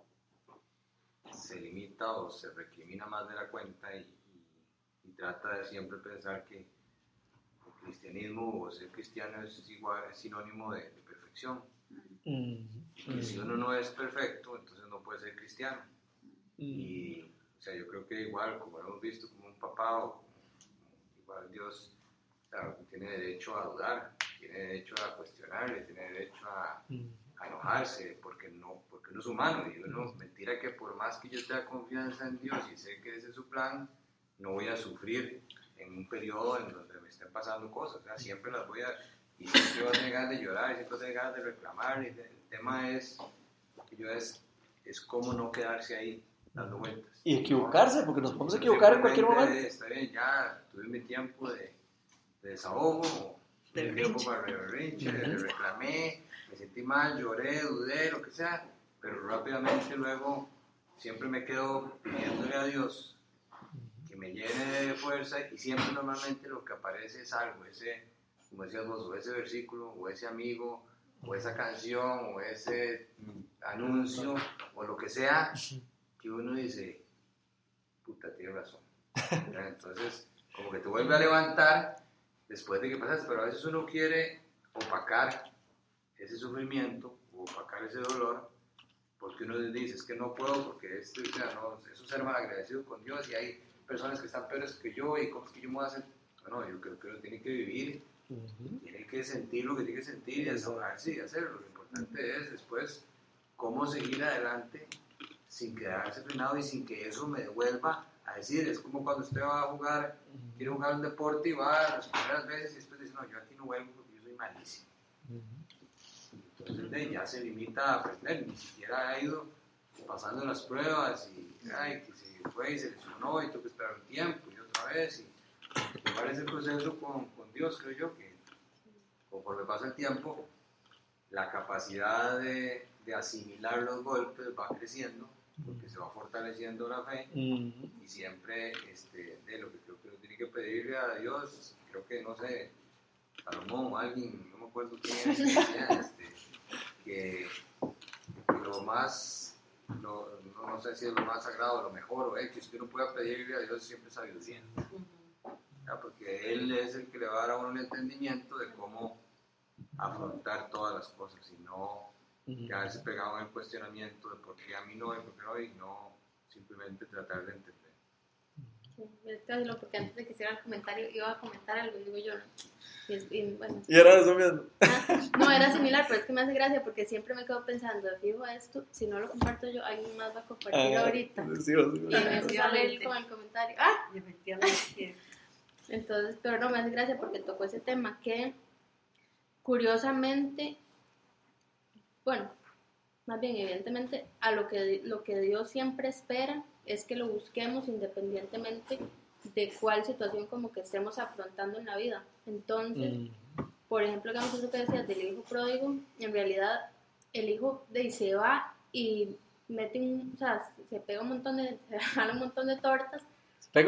se limita o se recrimina más de la cuenta y trata de siempre pensar que el cristianismo o ser cristiano es sinónimo de perfección. Y si uno no es perfecto, entonces no puede ser cristiano. Y o sea, yo creo que igual, como hemos visto, como un papá o igual Dios, o sea, tiene derecho a dudar, tiene derecho a cuestionarle, tiene derecho a enojarse, porque uno es humano. Y uno, mentira que por más que yo tenga confianza en Dios y sé que ese es su plan, no voy a sufrir en un periodo en donde me estén pasando cosas. O sea, siempre las voy a... Y siempre voy a tener ganas de llorar, y siempre voy a tener ganas de reclamar. Y el tema es cómo no quedarse ahí dando vueltas. Y equivocarse, porque nos podemos equivocar en cualquier momento. Está bien, ya tuve mi tiempo de desahogo, tuve tiempo para berrinche, le reclamé, me sentí mal, lloré, dudé, lo que sea, pero rápidamente luego siempre me quedo pidiéndole a Dios que me llene de fuerza, y siempre normalmente lo que aparece es algo, como decías vos, o ese versículo, o ese amigo, o esa canción, o ese anuncio, o lo que sea, que uno dice, puta, tiene razón. Entonces, como que te vuelve a levantar después de que pasaste, pero a veces uno quiere opacar ese sufrimiento, o opacar ese dolor, porque uno dice, es que no puedo, porque eso es ser malagradecido con Dios, y hay personas que están peores que yo, y cómo es que yo me voy a hacer. Bueno, yo creo que uno tiene que vivir, tiene que sentir lo que tiene que sentir, y desahogarse y hacerlo. Lo importante es después cómo seguir adelante sin quedarse frenado y sin que eso me devuelva a decir, es como cuando usted va a jugar, quiere jugar un deporte y va las primeras veces y después dice, no, yo aquí no vuelvo porque yo soy malísimo. Entonces ya se limita a aprender, ni siquiera ha ido pasando las pruebas y que se fue y se lesionó y tuvo que esperar un tiempo y otra vez. Y llevar ese proceso con Dios, creo yo, que conforme pasa el tiempo, la capacidad de asimilar los golpes va creciendo, porque se va fortaleciendo la fe, y siempre de lo que creo que uno tiene que pedirle a Dios, creo que, no sé, Salomón o alguien, no me acuerdo quién es, que lo más, no sé si es lo más sagrado, lo mejor o X, que uno pueda pedirle a Dios siempre sabiduría, porque Él es el que le va a dar a uno el entendimiento de cómo afrontar todas las cosas, y no quedarse pegado en el cuestionamiento de por qué a mí no y por qué no, y no simplemente tratar de entender. Sí, es casi lo, porque antes de que hiciera el comentario iba a comentar algo, digo yo, ¿no? Bueno, y era eso mismo. No, era similar, pero es que me hace gracia porque siempre me quedo pensando, fijo esto, si no lo comparto yo, alguien más va a compartir ahorita. Sí, y me sale con el comentario. Efectivamente. Entonces, pero no, me hace gracia porque tocó ese tema que, curiosamente, bueno, más bien evidentemente, a lo que Dios siempre espera es que lo busquemos independientemente de cuál situación como que estemos afrontando en la vida. Entonces, por ejemplo, digamos eso que decías del hijo pródigo, en realidad el hijo se va y mete se pega se jala un montón de tortas, pero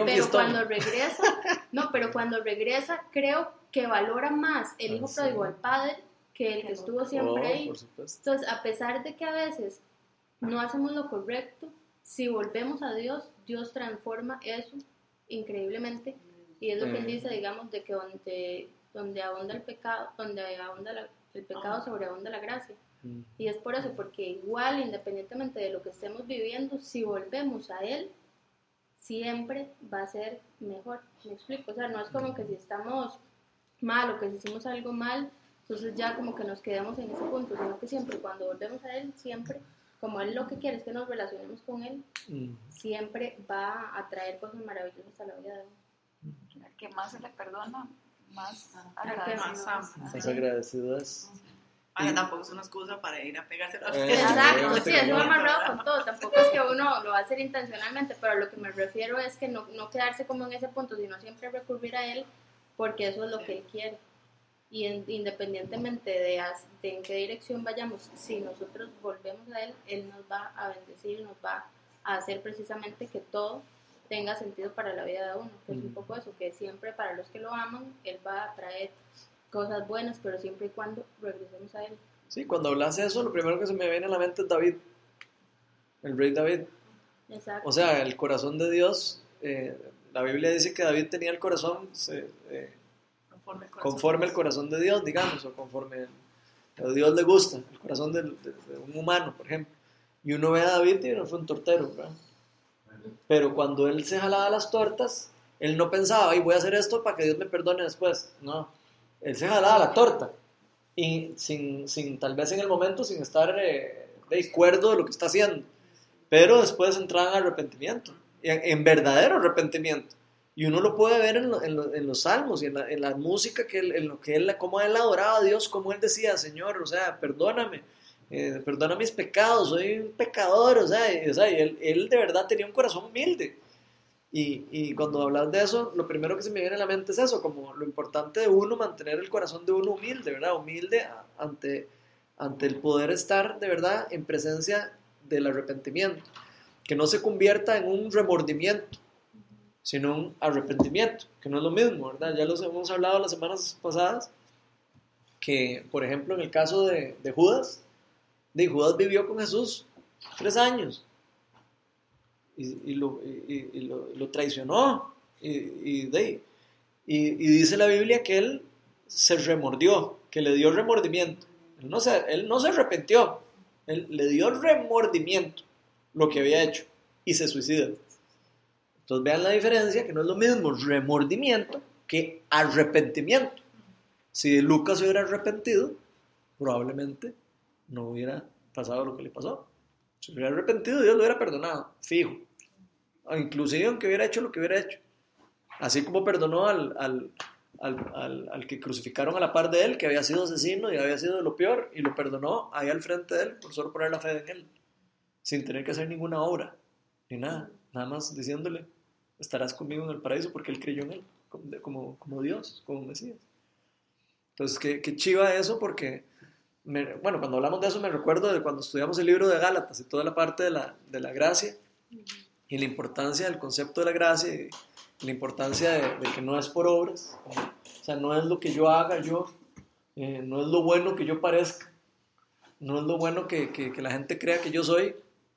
cuando regresa creo que valora más el hijo pródigo al padre que el que estuvo siempre ahí. Entonces, a pesar de que a veces no hacemos lo correcto, si volvemos a Dios, Dios transforma eso increíblemente Y es lo que él dice, digamos, de que donde abunda el pecado, el pecado sobreabunda la gracia. Y es por eso, porque igual, independientemente de lo que estemos viviendo, si volvemos a él, siempre va a ser mejor. ¿Me explico? O sea, no es como que si estamos mal o que si hicimos algo mal, entonces ya como que nos quedamos en ese punto, sino que siempre cuando volvemos a él, siempre, como él lo que quiere es que nos relacionemos con él, siempre va a traer cosas maravillosas a la vida de uno. Al que más se le perdona, más agradecido es. Ahora tampoco es una excusa para ir a pegarse la Exacto, sí, eso va amarrado con todo. Tampoco es que uno lo va a hacer intencionalmente, pero a lo que me refiero es que no quedarse como en ese punto, sino siempre recurrir a él, porque eso es lo que él quiere. Y independientemente de en qué dirección vayamos, si nosotros volvemos a él nos va a bendecir, nos va a hacer precisamente que todo tenga sentido para la vida de uno, que es un poco eso, que siempre para los que lo aman, él va a traer cosas buenas, pero siempre y cuando regresemos a él. Sí, cuando hablas de eso, lo primero que se me viene a la mente es David, el rey David. Exacto. O sea, el corazón de Dios, la Biblia dice que David tenía el corazón conforme el corazón de Dios, digamos, o conforme a Dios le gusta, el corazón de un humano, por ejemplo. Y uno ve a David y no fue un tortero, ¿verdad? Pero cuando él se jalaba las tortas, él no pensaba, ay, voy a hacer esto para que Dios me perdone después. No, él se jalaba la torta y sin tal vez en el momento, sin estar de acuerdo de lo que está haciendo. Pero después entraban al arrepentimiento, en verdadero arrepentimiento. Y uno lo puede ver en los salmos y en la música, cómo él adoraba a Dios, cómo él decía, Señor, o sea, perdóname, perdona mis pecados, soy un pecador, o sea, y él de verdad tenía un corazón humilde. Y cuando hablas de eso, lo primero que se me viene a la mente es eso, como lo importante de uno, mantener el corazón de uno humilde, ¿verdad? Humilde ante el poder estar de verdad en presencia del arrepentimiento, que no se convierta en un remordimiento, sino un arrepentimiento, que no es lo mismo, ¿verdad? Ya los hemos hablado las semanas pasadas, que por ejemplo en el caso de Judas, Judas vivió con Jesús 3 años, y lo traicionó, y dice la Biblia que él se remordió, que le dio remordimiento. Él no se arrepintió, él le dio remordimiento lo que había hecho y se suicida. Entonces vean la diferencia, que no es lo mismo remordimiento que arrepentimiento. Si Lucas se hubiera arrepentido, probablemente no hubiera pasado lo que le pasó. Si hubiera arrepentido, Dios lo hubiera perdonado, fijo. Inclusive aunque hubiera hecho lo que hubiera hecho. Así como perdonó al que crucificaron a la par de él, que había sido asesino y había sido de lo peor, y lo perdonó ahí al frente de él por solo poner la fe en él, sin tener que hacer ninguna obra, ni nada más diciéndole, estarás conmigo en el paraíso, porque él creyó en él, como Dios, como Mesías. Entonces, qué chiva eso, porque cuando hablamos de eso me recuerdo de cuando estudiamos el libro de Gálatas y toda la parte de la gracia y la importancia del concepto de la gracia y la importancia de que no es por obras, o sea, no es lo que yo haga no es lo bueno que yo parezca, no es lo bueno que la gente crea que yo soy,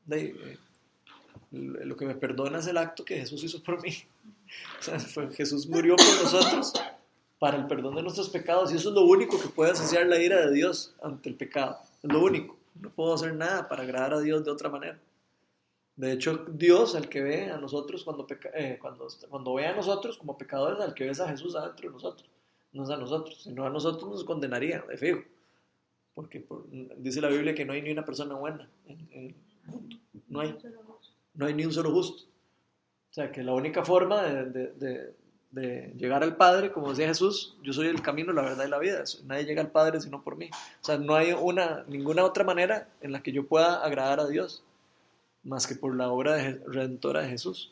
lo que me perdona es el acto que Jesús hizo por mí. O sea, Jesús murió por nosotros para el perdón de nuestros pecados, y eso es lo único que puede saciar la ira de Dios ante el pecado, es lo único. No puedo hacer nada para agradar a Dios de otra manera. De hecho, Dios, al que ve a nosotros cuando ve a nosotros como pecadores, al que ve es a Jesús adentro de nosotros, no es a nosotros, sino a nosotros nos condenaría, de fijo, porque dice la Biblia que no hay ni una persona buena en el mundo, no hay ni un solo justo. O sea, que la única forma de llegar al Padre, como decía Jesús, yo soy el camino, la verdad y la vida, nadie llega al Padre sino por mí. O sea, no hay ninguna otra manera en la que yo pueda agradar a Dios más que por la obra redentora de Jesús.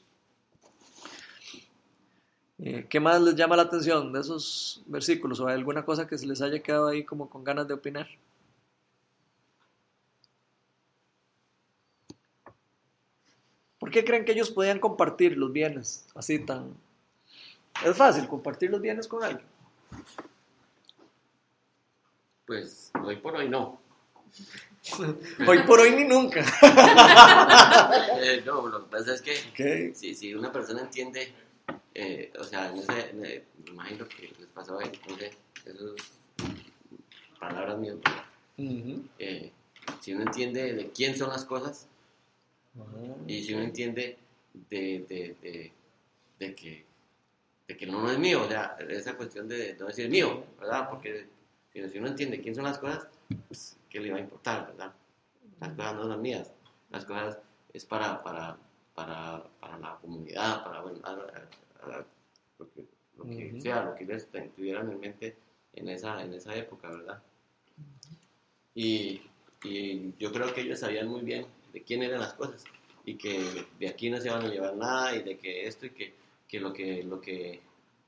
¿Qué más les llama la atención de esos versículos? ¿O hay alguna cosa que se les haya quedado ahí como con ganas de opinar? ¿Por qué creen que ellos podían compartir los bienes así tan... ¿Es fácil compartir los bienes con alguien? Pues hoy por hoy no. Hoy por hoy ni nunca. No, lo que pasa es que si una persona entiende o sea, me imagino que les pasó ahí, entonces, eso es palabras mías, ¿verdad? Si uno entiende de quién son las cosas, y si uno entiende de que no es mío, o sea, esa cuestión de no decir mío, ¿verdad? Porque si uno entiende quién son las cosas, pues, ¿qué le va a importar, verdad? Las cosas no son mías, las cosas es para la comunidad, para, bueno, lo que sea, lo que ellos tuvieran en mente en esa época, ¿verdad? Y yo creo que ellos sabían muy bien de quién eran las cosas y que de aquí no se van a llevar nada y de que esto y que lo que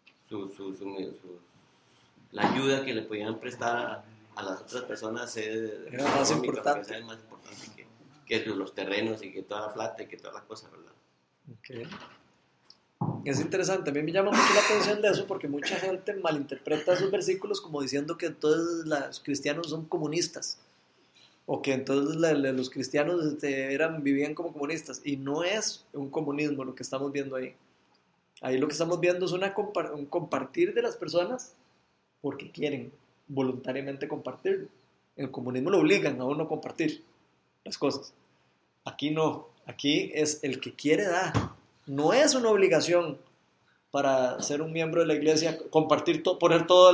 la ayuda que le podían prestar a las otras personas era más importante. Es más importante que los terrenos y que toda la plata y que toda la cosa, ¿verdad? Okay. Es interesante, a mí me llama mucho la atención de eso porque mucha gente malinterpreta esos versículos como diciendo que entonces los cristianos son comunistas o que entonces los cristianos vivían como comunistas, y no es un comunismo lo que estamos viendo ahí. Ahí lo que estamos viendo es un compartir de las personas porque quieren voluntariamente compartirlo. El comunismo lo obligan a uno a compartir las cosas. Aquí no, aquí es el que quiere dar. No es una obligación para ser un miembro de la iglesia compartir poner todo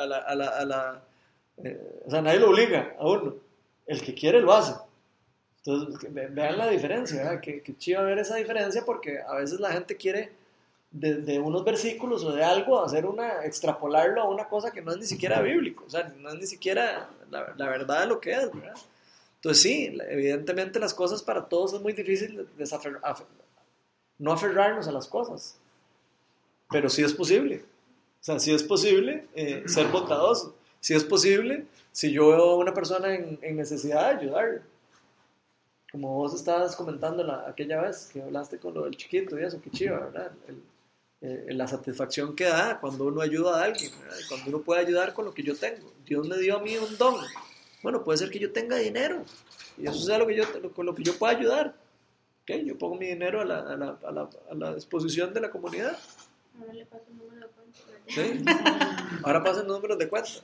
o sea, nadie lo obliga a uno. El que quiere lo hace. Entonces, vean la diferencia, ¿verdad? Que chiva ver esa diferencia, porque a veces la gente quiere de unos versículos o de algo extrapolarlo a una cosa que no es ni siquiera bíblico, o sea, no es ni siquiera la verdad de lo que es, ¿verdad? Entonces sí, evidentemente las cosas para todos es muy difícil no aferrarnos a las cosas, pero sí es posible. O sea, sí es posible ser bondadoso, sí es posible, si yo veo a una persona en necesidad, ayudarle. Como vos estabas comentando aquella vez que hablaste con lo del chiquito y eso, qué chiva, ¿verdad? La satisfacción que da cuando uno ayuda a alguien, ¿verdad? Y cuando uno puede ayudar con lo que yo tengo. Dios me dio a mí un don. Bueno, puede ser que yo tenga dinero y eso sea con lo que yo pueda ayudar. ¿Okay? Yo pongo mi dinero a la disposición de la comunidad. Ahora le paso el número de cuenta. ¿Sí? Ahora pasen números de cuenta.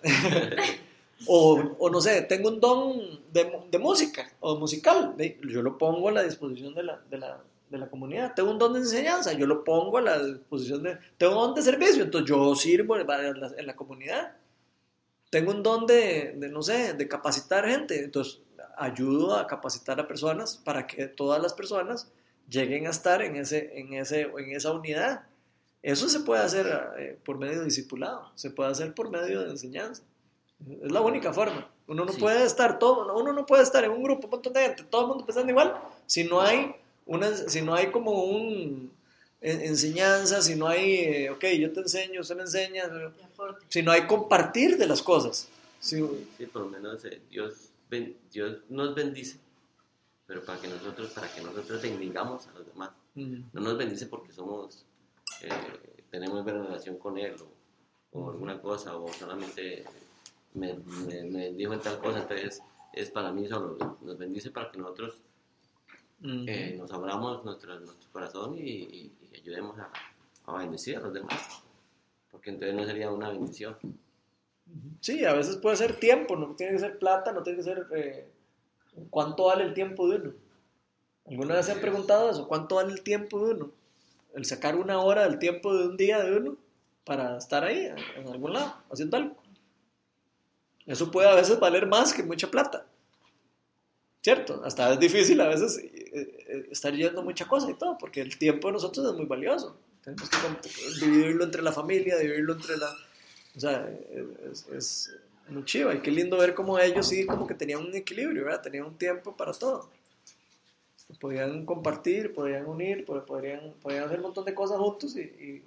O no sé, tengo un don de música o musical, yo lo pongo a la disposición de la comunidad. Tengo un don de enseñanza, yo lo pongo a la disposición tengo un don de servicio, entonces yo sirvo en la comunidad. Tengo un don no sé, de capacitar gente, entonces ayudo a capacitar a personas para que todas las personas lleguen a estar en esa unidad. Eso se puede hacer por medio de discipulado, se puede hacer por medio de enseñanza. Es la única forma. Uno no puede estar en un grupo, un montón de gente, todo el mundo pensando igual, si no hay como enseñanza, si no hay, ok, yo te enseño, usted me enseña, si no hay compartir de las cosas. Sí, por lo menos Dios nos bendice, pero para que nosotros bendigamos a los demás. No nos bendice porque tenemos buena relación con Él o alguna cosa, o solamente me dijo en tal cosa, entonces es para mí solo. Nos bendice para que nosotros nos abramos nuestro corazón y ayudemos a bendecir a los demás, porque entonces no sería una bendición. Sí, a veces puede ser tiempo, no tiene que ser plata, no tiene que ser ¿cuánto vale el tiempo de uno? ¿Alguna vez se han preguntado eso? ¿Cuánto vale el tiempo de uno? El sacar una hora del tiempo de un día de uno para estar ahí, en algún lado, haciendo algo. Eso puede a veces valer más que mucha plata, ¿cierto? Hasta es difícil a veces estar yendo mucha cosa y todo, porque el tiempo de nosotros es muy valioso. Tenemos que dividirlo entre la familia, dividirlo entre o sea, es muy chiva. Y qué lindo ver cómo ellos sí como que tenían un equilibrio, ¿verdad? Tenían un tiempo para todo. Podían compartir, podían unir, podían hacer un montón de cosas juntos y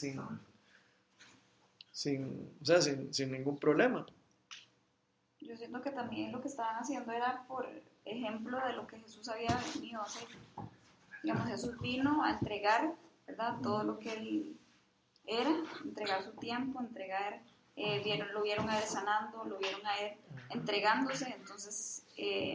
sin ningún problema. Yo siento que también lo que estaban haciendo era por ejemplo de lo que Jesús había venido a hacer. Digamos, Jesús vino a entregar, ¿verdad? Todo lo que Él era, entregar su tiempo, lo vieron a Él sanando, lo vieron a Él entregándose, entonces,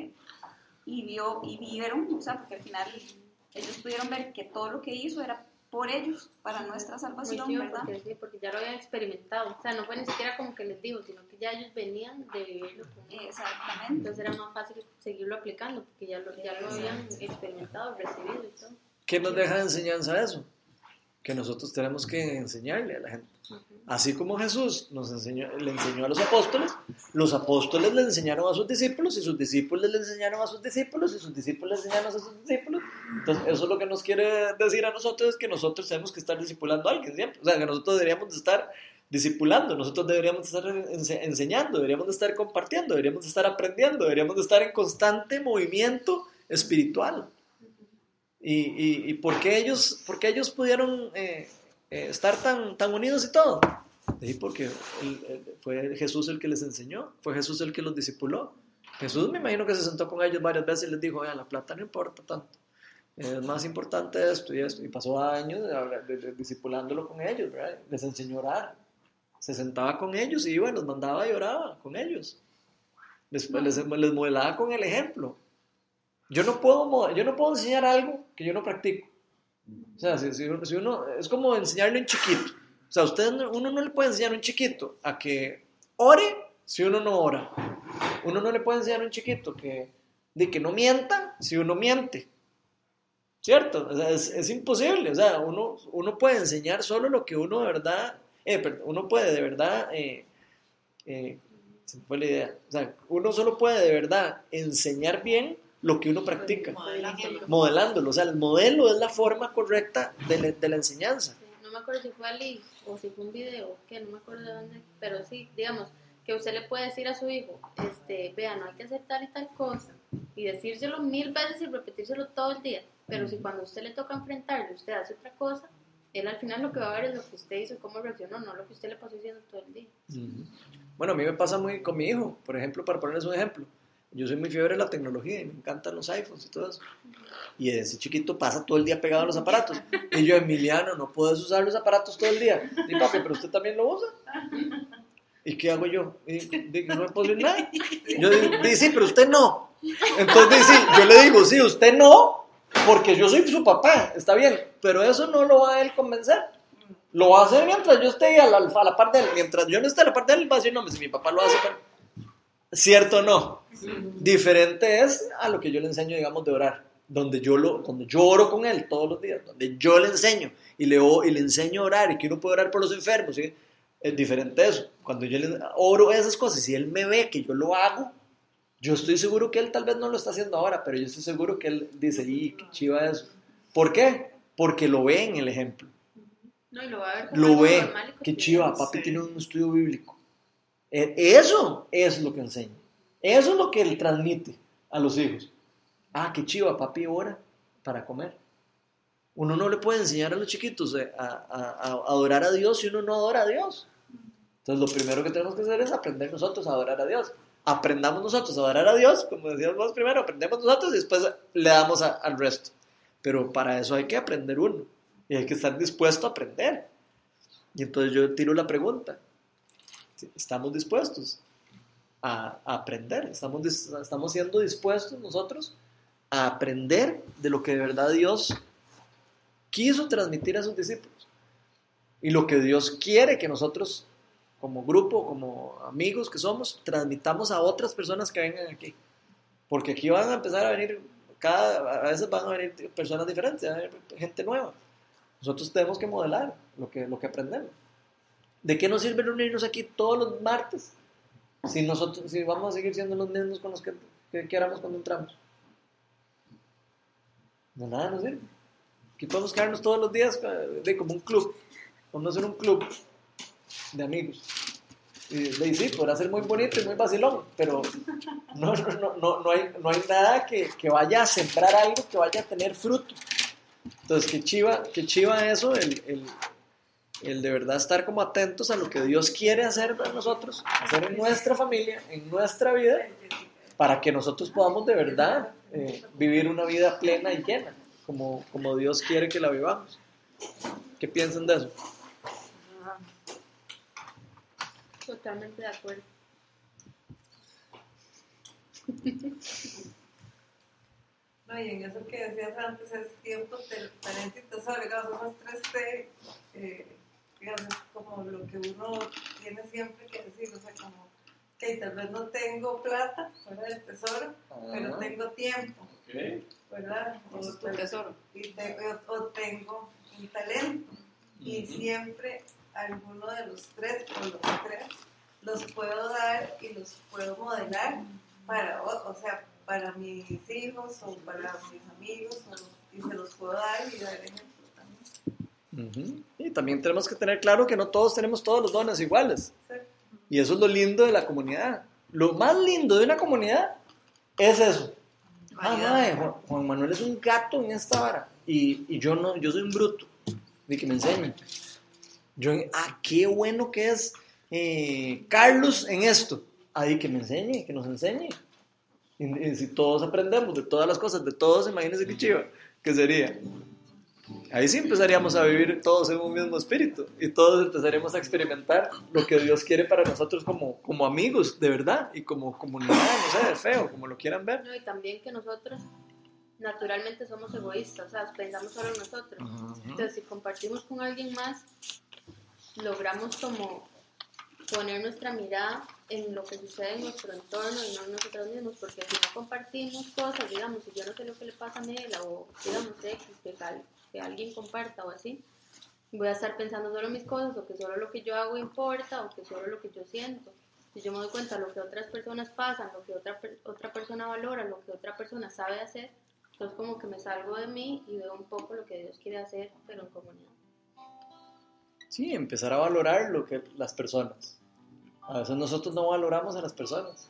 y vieron, o sea, porque al final ellos pudieron ver que todo lo que hizo era por ellos, para nuestra Muy salvación, chido, ¿verdad? porque, sí, porque ya lo habían experimentado. O sea, no fue ni siquiera como que les digo, sino que ya ellos venían de vivirlo con ellos. Exactamente. Entonces era más fácil seguirlo aplicando, porque ya lo habían experimentado, recibido y todo. ¿Qué nos deja de enseñanza eso? Que nosotros tenemos que enseñarle a la gente. Así como Jesús le enseñó a los apóstoles le enseñaron a sus discípulos, y sus discípulos le enseñaron a sus discípulos, y sus discípulos le enseñaron a sus discípulos. Entonces, eso es lo que nos quiere decir a nosotros, es que nosotros tenemos que estar discipulando a alguien siempre. O sea, que nosotros deberíamos de estar discipulando, nosotros deberíamos de estar enseñando, deberíamos de estar compartiendo, deberíamos de estar aprendiendo, deberíamos de estar en constante movimiento espiritual. ¿Y por qué ellos pudieron estar tan unidos y todo? Sí, porque fue Jesús el que les enseñó, fue Jesús el que los discipuló. Jesús me imagino que se sentó con ellos varias veces y les dijo, la plata no importa tanto, es más importante esto y esto. Y pasó años discipulándolo con ellos, ¿verdad? Les enseñó a orar, se sentaba con ellos y los mandaba y oraba con ellos, les modelaba con el ejemplo. Yo no puedo enseñar algo que yo no practico. O sea, si uno, es como enseñarle a un chiquito. O sea, uno no le puede enseñar a un chiquito a que ore si uno no ora. Uno no le puede enseñar a un chiquito que no mienta si uno miente. ¿Cierto? O sea, es imposible. O sea, uno puede enseñar solo lo que uno de verdad... uno puede de verdad... se me fue la idea. O sea, uno solo puede de verdad enseñar bien lo que uno practica, modelándolo. O sea, el modelo es la forma correcta de la enseñanza. Sí, no me acuerdo si fue Ali o si fue un video, que no me acuerdo de dónde, pero sí, digamos, que usted le puede decir a su hijo, vea, no hay que hacer tal y tal cosa, y decírselo 1000 veces y repetírselo todo el día, pero si cuando usted le toca enfrentarlo, usted hace otra cosa, él al final lo que va a ver es lo que usted hizo, cómo reaccionó, no lo que usted le pasó diciendo todo el día. Bueno, a mí me pasa muy con mi hijo, por ejemplo, para ponerles un ejemplo. Yo soy muy fiebre de la tecnología y me encantan los iPhones y todo eso. Y ese chiquito pasa todo el día pegado a los aparatos. Y yo, Emiliano, no puedes usar los aparatos todo el día. Y papi, pero usted también lo usa. ¿Y qué hago yo? Y no me puedo decir nada. Yo digo, sí, pero usted no. Entonces, yo le digo, sí, usted no, porque yo soy su papá, está bien. Pero eso no lo va a él convencer. Lo va a hacer mientras yo esté a la par de él. Mientras yo no esté a la par de él, va a decir, no, si mi papá lo hace, ¿cierto o no? Diferente es a lo que yo le enseño, digamos, de orar, donde yo oro con él todos los días, donde yo le enseño y le enseño a orar, y que uno puede orar por los enfermos, ¿sí? Es diferente eso. Cuando yo le oro esas cosas, si él me ve que yo lo hago, yo estoy seguro que él tal vez no lo está haciendo ahora, pero yo estoy seguro que él dice, qué chiva eso. ¿Por qué? Porque lo ve en el ejemplo. No, y lo va a ver como lo algo ve, normal y qué chiva, papi Sí. tiene un estudio bíblico. Eso es lo que enseña. Eso es lo que él transmite a los hijos. Qué chiva, papi ora para comer. Uno no le puede enseñar a los chiquitos a adorar a Dios si uno no adora a Dios. Entonces lo primero que tenemos que hacer es aprender nosotros a adorar a Dios. Aprendamos nosotros a adorar a Dios, como decíamos primero, aprendemos nosotros y después le damos al resto. Pero para eso hay que aprender uno y hay que estar dispuesto a aprender. Y entonces yo tiro la pregunta: ¿estamos dispuestos a aprender? ¿Estamos siendo dispuestos nosotros a aprender de lo que de verdad Dios quiso transmitir a sus discípulos? Y lo que Dios quiere que nosotros, como grupo, como amigos que somos, transmitamos a otras personas que vengan aquí. Porque aquí van a empezar a venir, a veces van a venir personas diferentes, van a venir gente nueva. Nosotros tenemos que modelar lo que aprendemos. ¿De qué nos sirve reunirnos aquí todos los martes si vamos a seguir siendo los mismos con los que éramos cuando entramos? De nada nos sirve. Aquí podemos quedarnos todos los días como un club. Vamos a hacer un club de amigos. Y sí, podrá ser muy bonito y muy vacilón, pero no hay nada que vaya a sembrar algo, que vaya a tener fruto. Entonces, qué chiva eso, el de verdad estar como atentos a lo que Dios quiere hacer para nosotros, hacer en nuestra familia, en nuestra vida, para que nosotros podamos de verdad vivir una vida plena y llena, como Dios quiere que la vivamos. ¿Qué piensan de eso? Totalmente de acuerdo. No, y en eso que decías antes es tiempo, talento y tesoro, digamos, esos 3T, digamos, como lo que uno tiene siempre que decir, o sea, como que tal vez no tengo plata, ¿verdad? El tesoro, pero tengo tiempo, ¿verdad? Ese es tu tesoro. O tengo un talento, y siempre alguno de los 3 o los 3 los puedo dar y los puedo modelar para, o sea, para mis hijos o para mis amigos, y se los puedo dar y dar ejemplo también. Y también tenemos que tener claro que no todos tenemos todos los dones iguales. Sí. Y eso es lo lindo de la comunidad. Lo más lindo de una comunidad es eso. Mae, Juan Manuel es un gato en esta vara. Y yo no, yo soy un bruto. De que me enseñe. Qué bueno que es Carlos en esto. Ahí que me enseñe, que nos enseñe. Y si todos aprendemos de todas las cosas, de todos, imagínense qué chiva que sería. Ahí sí empezaríamos a vivir todos en un mismo espíritu y todos empezaríamos a experimentar lo que Dios quiere para nosotros como amigos, de verdad, y como comunidad, no sé, de feo, como lo quieran ver. No, y también que nosotros naturalmente somos egoístas, o sea, pensamos solo en nosotros. Entonces, si compartimos con alguien más, logramos como poner nuestra mirada en lo que sucede en nuestro entorno y no en nosotros mismos, porque si no compartimos cosas, digamos, si yo no sé lo que le pasa a Mela o digamos que alguien comparta o así, voy a estar pensando solo en mis cosas o que solo lo que yo hago importa o que solo lo que yo siento. Si yo me doy cuenta de lo que otras personas pasan, lo que otra persona valora, lo que otra persona sabe hacer, entonces como que me salgo de mí y veo un poco lo que Dios quiere hacer, pero en comunidad. Sí, empezar a valorar lo que las personas. A veces nosotros no valoramos a las personas.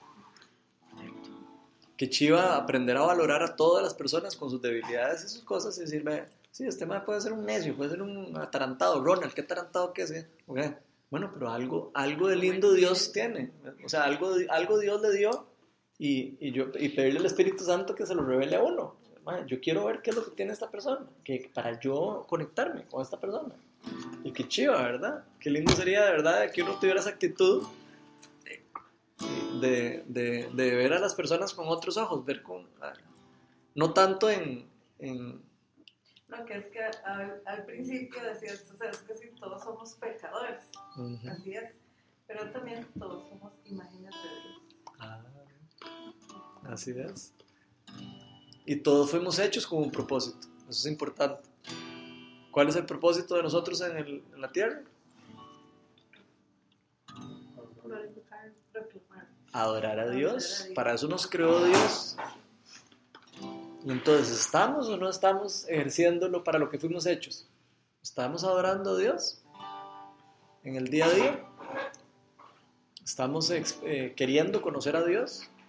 Qué chiva aprender a valorar a todas las personas con sus debilidades y sus cosas y decir, sí, este man puede ser un necio, puede ser un atarantado. Ronald, ¿qué atarantado que es? Okay. Bueno, pero algo de lindo Dios tiene. O sea, algo Dios le dio y pedirle al Espíritu Santo que se lo revele a uno. Yo quiero ver qué es lo que tiene esta persona, para yo conectarme con esta persona. Y qué chiva, ¿verdad? Qué lindo sería, de verdad, que uno tuviera esa actitud de ver a las personas con otros ojos, no tanto en Lo que es que al principio decías, o sea, es que si todos somos pecadores, así es, pero también todos somos imágenes de Dios. Así es. Y todos fuimos hechos con un propósito, eso es importante. ¿Cuál es el propósito de nosotros en la tierra? Adorar a Dios. Para eso nos creó Dios. Y entonces, ¿estamos o no estamos ejerciéndolo para lo que fuimos hechos? ¿Estamos adorando a Dios en el día a día? ¿Estamos queriendo conocer a Dios?